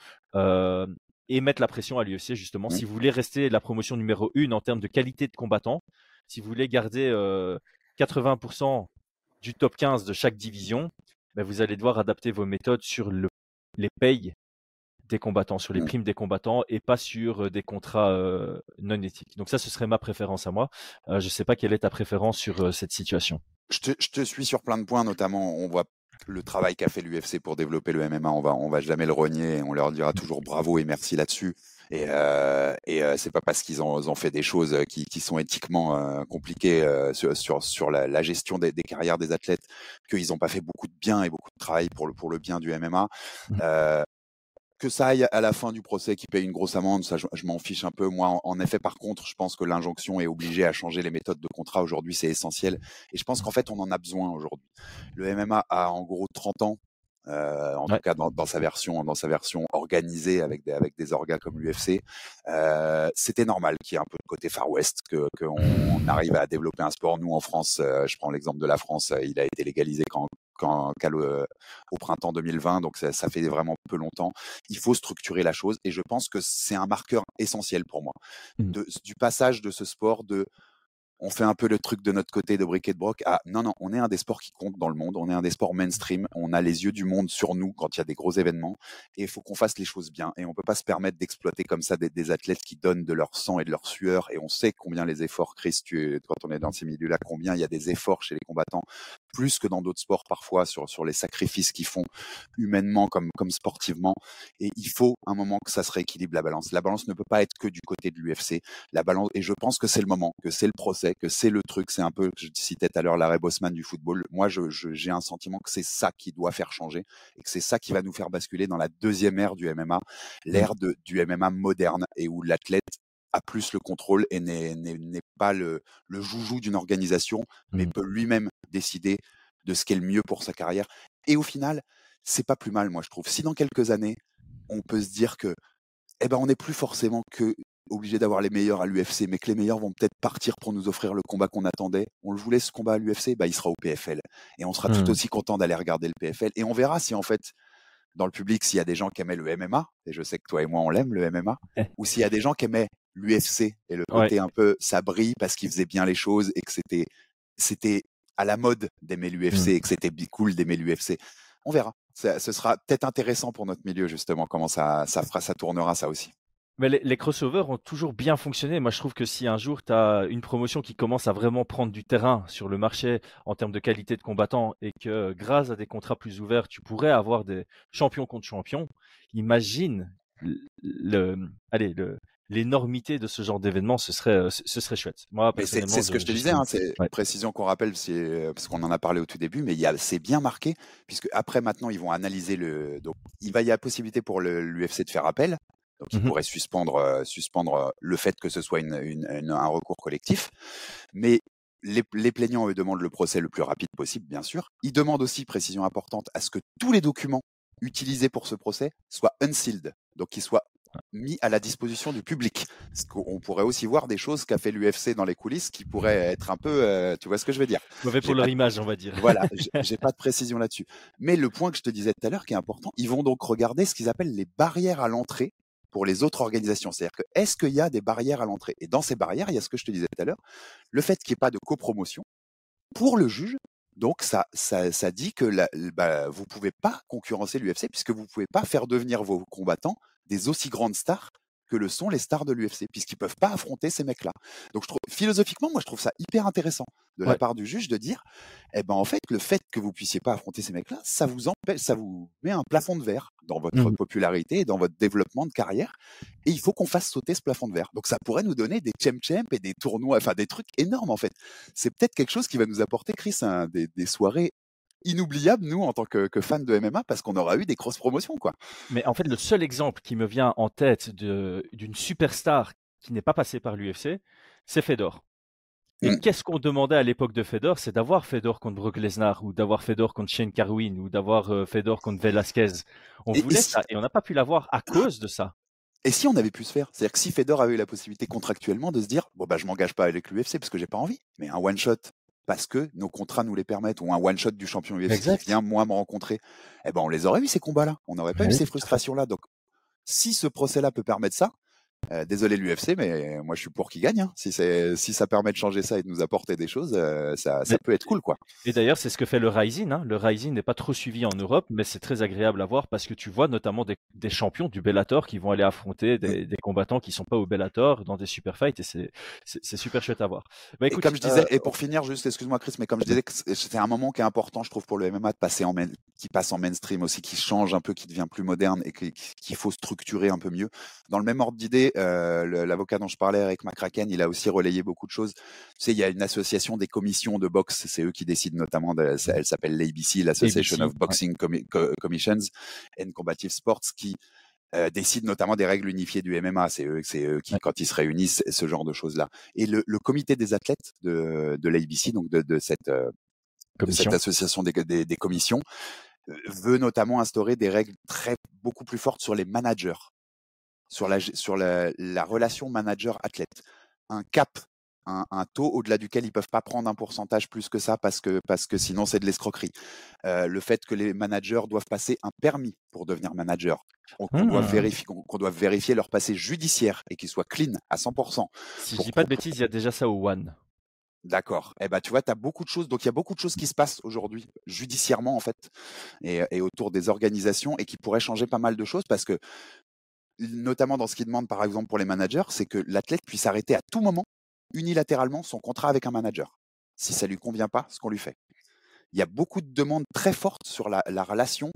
et mettre la pression à l'UFC justement. Si vous voulez rester la promotion numéro 1 en termes de qualité de combattants, si vous voulez garder 80% du top 15 de chaque division, ben vous allez devoir adapter vos méthodes sur les payes des combattants, sur les primes des combattants et pas sur des contrats non éthiques. Donc ça, ce serait ma préférence à moi. Je ne sais pas quelle est ta préférence sur cette situation. Je te suis sur plein de points, notamment on voit le travail qu'a fait l'UFC pour développer le MMA. On va jamais le renier. On leur dira toujours bravo et merci là-dessus. Et c'est pas parce qu'ils ont fait des choses qui sont éthiquement compliquées sur la gestion des carrières des athlètes qu'ils n'ont pas fait beaucoup de bien et beaucoup de travail pour le bien du MMA. que ça aille à la fin du procès, qu'il paye une grosse amende, ça, je m'en fiche un peu. Moi, en effet, par contre, je pense que l'injonction est obligée à changer les méthodes de contrat. Aujourd'hui, c'est essentiel. Et je pense qu'en fait, on en a besoin aujourd'hui. Le MMA a en gros 30 ans. En tout cas dans sa version organisée avec des orgas comme l'UFC, c'était normal qu'il y ait un peu de côté Far West, qu'on arrive à développer un sport. Nous en France, je prends l'exemple de la France, il a été légalisé au printemps 2020, donc ça fait vraiment peu longtemps. Il faut structurer la chose et je pense que c'est un marqueur essentiel pour moi du passage de ce sport de on fait un peu le truc de notre côté de briquet de broc. Ah non, on est un des sports qui compte dans le monde. On est un des sports mainstream. On a les yeux du monde sur nous quand il y a des gros événements. Et il faut qu'on fasse les choses bien. Et on peut pas se permettre d'exploiter comme ça des athlètes qui donnent de leur sang et de leur sueur. Et on sait combien les efforts, Chris, quand on est dans ces milieux-là, combien il y a des efforts chez les combattants, plus que dans d'autres sports parfois, sur les sacrifices qu'ils font humainement comme sportivement. Et il faut un moment que ça se rééquilibre la balance. La balance ne peut pas être que du côté de l'UFC. La balance, et je pense que c'est le moment, que c'est le procès, que c'est le truc, c'est un peu, je citais tout à l'heure l'arrêt Bosman du football. Moi, j'ai un sentiment que c'est ça qui doit faire changer et que c'est ça qui va nous faire basculer dans la deuxième ère du MMA, l'ère du MMA moderne et où l'athlète a plus le contrôle et n'est pas le joujou d'une organisation, mais peut lui-même décider de ce qui est le mieux pour sa carrière. Et au final, c'est pas plus mal, moi, je trouve. Si dans quelques années, on peut se dire que, on n'est plus forcément obligé d'avoir les meilleurs à l'UFC, mais que les meilleurs vont peut-être partir pour nous offrir le combat qu'on attendait. On le voulait, ce combat à l'UFC, il sera au PFL. Et on sera tout aussi content d'aller regarder le PFL. Et on verra si, en fait, dans le public, s'il y a des gens qui aimaient le MMA, et je sais que toi et moi, on l'aime, le MMA, ou s'il y a des gens qui aimaient l'UFC, et le côté un peu, ça brille parce qu'ils faisaient bien les choses, et que c'était à la mode d'aimer l'UFC, et que c'était cool d'aimer l'UFC. On verra. Ce sera peut-être intéressant pour notre milieu, justement, comment ça tournera, ça aussi. Mais les crossovers ont toujours bien fonctionné. Moi, je trouve que si un jour tu as une promotion qui commence à vraiment prendre du terrain sur le marché en termes de qualité de combattants et que grâce à des contrats plus ouverts, tu pourrais avoir des champions contre champions, imagine l'énormité de ce genre d'événement, ce serait chouette. Moi, personnellement, c'est ce que je te disais, c'est précision qu'on rappelle, parce qu'on en a parlé au tout début, mais c'est bien marqué, puisque après maintenant ils vont analyser donc il y a la possibilité pour l'UFC de faire appel. Donc, il pourrait suspendre le fait que ce soit un recours collectif. Mais les plaignants, eux, demandent le procès le plus rapide possible, bien sûr. Ils demandent aussi, précision importante, à ce que tous les documents utilisés pour ce procès soient unsealed, donc qu'ils soient mis à la disposition du public. Parce qu'on pourrait aussi voir des choses qu'a fait l'UFC dans les coulisses qui pourraient être un peu, tu vois ce que je veux dire. Mauvais pour leur image, on va dire. Voilà, j'ai pas de précision là-dessus. Mais le point que je te disais tout à l'heure qui est important, ils vont donc regarder ce qu'ils appellent les barrières à l'entrée pour les autres organisations. C'est-à-dire que est-ce qu'il y a des barrières à l'entrée? Et dans ces barrières, il y a ce que je te disais tout à l'heure, le fait qu'il n'y ait pas de copromotion pour le juge. Donc ça dit que vous pouvez pas concurrencer l'UFC puisque vous pouvez pas faire devenir vos combattants des aussi grandes stars que le sont les stars de l'UFC, puisqu'ils peuvent pas affronter ces mecs-là. Donc philosophiquement, moi je trouve ça hyper intéressant de la part du juge de dire, en fait, le fait que vous puissiez pas affronter ces mecs-là, ça vous empêche, ça vous met un plafond de verre dans votre popularité et dans votre développement de carrière, et il faut qu'on fasse sauter ce plafond de verre. Donc ça pourrait nous donner des champ et des tournois, enfin des trucs énormes en fait. C'est peut-être quelque chose qui va nous apporter, Chris, des soirées inoubliable, nous, en tant que fans de MMA, parce qu'on aura eu des grosses promotions, quoi. Mais en fait, le seul exemple qui me vient en tête d'une superstar qui n'est pas passée par l'UFC, c'est Fedor. Et qu'est-ce qu'on demandait à l'époque de Fedor? C'est d'avoir Fedor contre Brock Lesnar, ou d'avoir Fedor contre Shane Carwin, ou d'avoir Fedor contre Velasquez. On voulait ça, et on n'a pas pu l'avoir à cause de ça. Et si on avait pu se faire? C'est-à-dire que si Fedor avait eu la possibilité contractuellement de se dire, je m'engage pas avec l'UFC parce que j'ai pas envie, mais un one-shot, parce que nos contrats nous les permettent, ou un one-shot du champion UFC qui vient, moi, me rencontrer, on les aurait eu, ces combats-là. On n'aurait pas eu ces frustrations-là. Donc, si ce procès-là peut permettre ça, désolé l'UFC, mais moi je suis pour qu'il gagne. Hein. Si ça permet de changer ça et de nous apporter des choses, ça peut être cool, quoi. Et d'ailleurs, c'est ce que fait le Rising. Hein. Le Rising n'est pas trop suivi en Europe, mais c'est très agréable à voir parce que tu vois notamment des champions du Bellator qui vont aller affronter des combattants qui sont pas au Bellator dans des super fights, et c'est super chouette à voir. Écoute, et comme je disais, et pour finir, juste, excuse-moi Chris, mais comme je disais, c'est un moment qui est important, je trouve, pour le MMA de passer qui passe en mainstream aussi, qui change un peu, qui devient plus moderne et qu'il faut structurer un peu mieux. Dans le même ordre d'idée, l'avocat dont je parlais, Eric McCracken, il a aussi relayé beaucoup de choses. Tu sais, il y a une association des commissions de boxe, c'est eux qui décident notamment, elle s'appelle l'ABC, l'Association of Boxing Commissions and Combative Sports, qui décident notamment des règles unifiées du MMA. C'est eux qui, quand ils se réunissent, ce genre de choses-là. Et le comité des athlètes de l'ABC, donc de cette association des commissions, veut notamment instaurer des règles beaucoup plus fortes sur les managers, sur la relation manager-athlète. Un cap, un taux au-delà duquel ils peuvent pas prendre un pourcentage plus que ça parce que sinon c'est de l'escroquerie. Le fait que les managers doivent passer un permis pour devenir manager, qu'on doit vérifier leur passé judiciaire et qu'ils soient clean à 100%. Si je dis pas de bêtises, il y a déjà ça au One. D'accord. Eh ben, tu vois, tu as beaucoup de choses. Donc, il y a beaucoup de choses qui se passent aujourd'hui, judiciairement, en fait, et autour des organisations et qui pourraient changer pas mal de choses parce que, notamment dans ce qu'ils demandent, par exemple, pour les managers, c'est que l'athlète puisse arrêter à tout moment, unilatéralement, son contrat avec un manager, si ça lui convient pas, ce qu'on lui fait. Il y a beaucoup de demandes très fortes sur la relation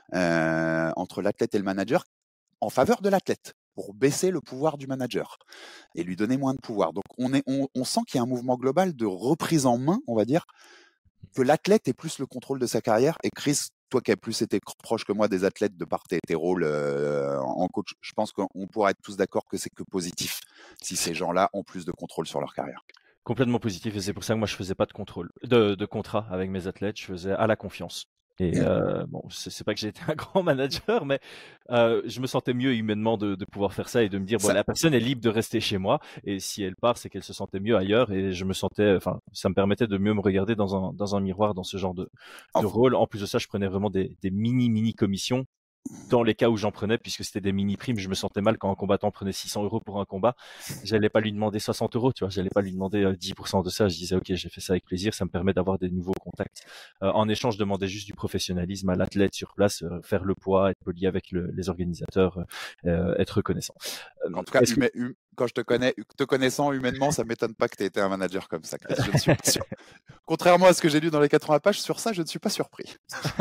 entre l'athlète et le manager en faveur de l'athlète, pour baisser le pouvoir du manager et lui donner moins de pouvoir. Donc, on sent qu'il y a un mouvement global de reprise en main, on va dire, que l'athlète ait plus le contrôle de sa carrière. Et Chris, toi qui as plus été proche que moi des athlètes de par tes rôles en coach, je pense qu'on pourra être tous d'accord que c'est que positif si ces gens-là ont plus de contrôle sur leur carrière. Complètement positif, et c'est pour ça que moi je faisais pas de contrat avec mes athlètes, je faisais à la confiance. Et bon, c'est pas que j'ai été un grand manager, mais je me sentais mieux humainement de pouvoir faire ça et de me dire, bon, la personne est libre de rester chez moi, et si elle part, c'est qu'elle se sentait mieux ailleurs, et ça me permettait de mieux me regarder dans un miroir dans ce genre de rôle. En plus de ça, je prenais vraiment des mini commissions. Dans les cas où j'en prenais, puisque c'était des mini-primes, je me sentais mal quand un combattant prenait 600 € pour un combat. J'allais pas lui demander 60 €, tu vois. J'allais pas lui demander 10% de ça. Je disais, OK, j'ai fait ça avec plaisir. Ça me permet d'avoir des nouveaux contacts. En échange, je demandais juste du professionnalisme à l'athlète sur place, faire le poids, être poli avec les organisateurs, être reconnaissant. En tout cas, quand je te connaissant humainement, ça m'étonne pas que tu aies été un manager comme ça, Chris. Je ne suis pas sûr. Contrairement à ce que j'ai lu dans les 80 pages, sur ça, je ne suis pas surpris.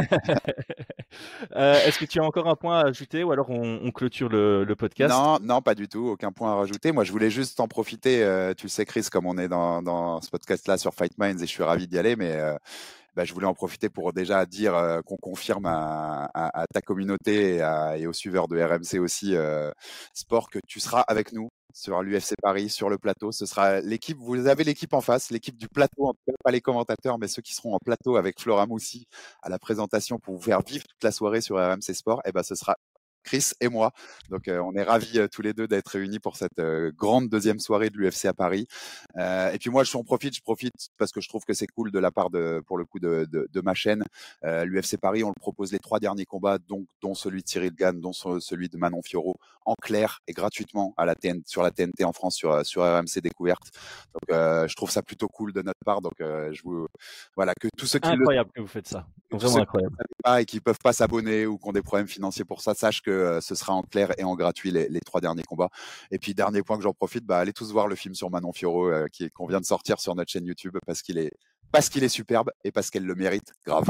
Est-ce que tu as encore un point à ajouter ou alors on clôture le podcast? Non, pas du tout. Aucun point à rajouter. Moi, je voulais juste en profiter. Tu le sais, Chris, comme on est dans ce podcast-là sur Fight Minds et je suis ravi d'y aller, mais je voulais en profiter pour déjà dire qu'on confirme à ta communauté et aux suiveurs de RMC aussi Sport que tu seras avec nous sur l'UFC Paris, sur le plateau. Ce sera l'équipe, vous avez l'équipe en face, l'équipe du plateau, en tout cas pas les commentateurs, mais ceux qui seront en plateau avec Flora Moussi à la présentation pour vous faire vivre toute la soirée sur RMC Sport. Et ce sera Chris et moi. Donc, on est ravis tous les deux d'être réunis pour cette grande deuxième soirée de l'UFC à Paris. Et puis moi, je profite parce que je trouve que c'est cool de la part pour le coup de ma chaîne. L'UFC Paris, on le propose les 3 derniers combats, dont celui de Cyril Gane, dont celui de Manon Fiorot, en clair et gratuitement sur la TNT en France, sur RMC Découverte. Donc, je trouve ça plutôt cool de notre part. Donc, que tous ceux qui incroyable que vous faites ça. Vraiment incroyable. Et qui peuvent pas s'abonner ou qui ont des problèmes financiers pour ça, sachent que ce sera en clair et en gratuit les 3 derniers combats. Et puis dernier point que j'en profite, allez tous voir le film sur Manon Fiorot qu'on vient de sortir sur notre chaîne YouTube parce qu'il est superbe et parce qu'elle le mérite grave.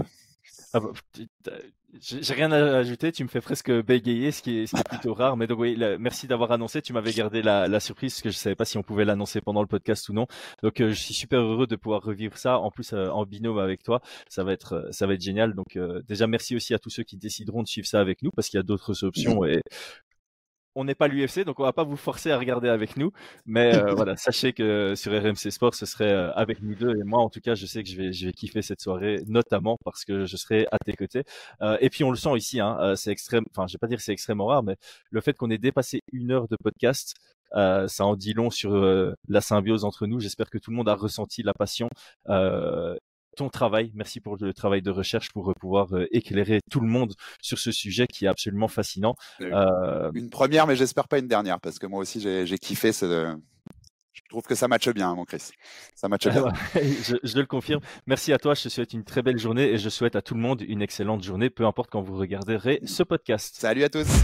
J'ai rien à ajouter, tu me fais presque bégayer, ce qui est plutôt rare, mais donc oui, merci d'avoir annoncé, tu m'avais gardé la surprise, parce que je savais pas si on pouvait l'annoncer pendant le podcast ou non, donc je suis super heureux de pouvoir revivre ça, en plus en binôme avec toi, ça va être génial, donc déjà merci aussi à tous ceux qui décideront de suivre ça avec nous, parce qu'il y a d'autres options, et on n'est pas l'UFC, donc on va pas vous forcer à regarder avec nous, mais voilà, sachez que sur RMC Sport, ce serait avec nous deux, et moi en tout cas, je sais que je vais kiffer cette soirée, notamment parce que je serai à tes côtés. Et puis on le sent ici, c'est extrême, enfin je vais pas dire que c'est extrêmement rare, mais le fait qu'on ait dépassé 1 heure de podcast, ça en dit long sur la symbiose entre nous. J'espère que tout le monde a ressenti la passion. Ton travail, merci pour le travail de recherche pour pouvoir éclairer tout le monde sur ce sujet qui est absolument fascinant. Une première, mais j'espère pas une dernière, parce que moi aussi j'ai kiffé. Je trouve que ça matche bien, mon Chris. Ça matche bien. Je le confirme. Merci à toi. Je te souhaite une très belle journée et je souhaite à tout le monde une excellente journée, peu importe quand vous regarderez ce podcast. Salut à tous.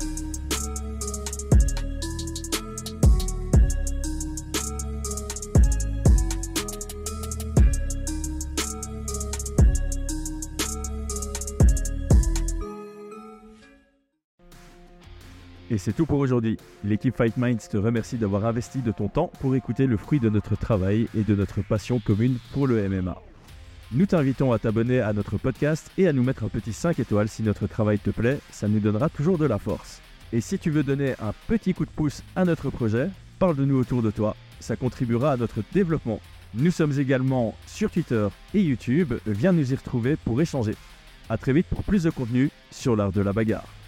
Et c'est tout pour aujourd'hui. L'équipe Fight Minds te remercie d'avoir investi de ton temps pour écouter le fruit de notre travail et de notre passion commune pour le MMA. Nous t'invitons à t'abonner à notre podcast et à nous mettre un petit 5 étoiles si notre travail te plaît, ça nous donnera toujours de la force. Et si tu veux donner un petit coup de pouce à notre projet, parle de nous autour de toi, ça contribuera à notre développement. Nous sommes également sur Twitter et YouTube, viens nous y retrouver pour échanger. À très vite pour plus de contenu sur l'art de la bagarre.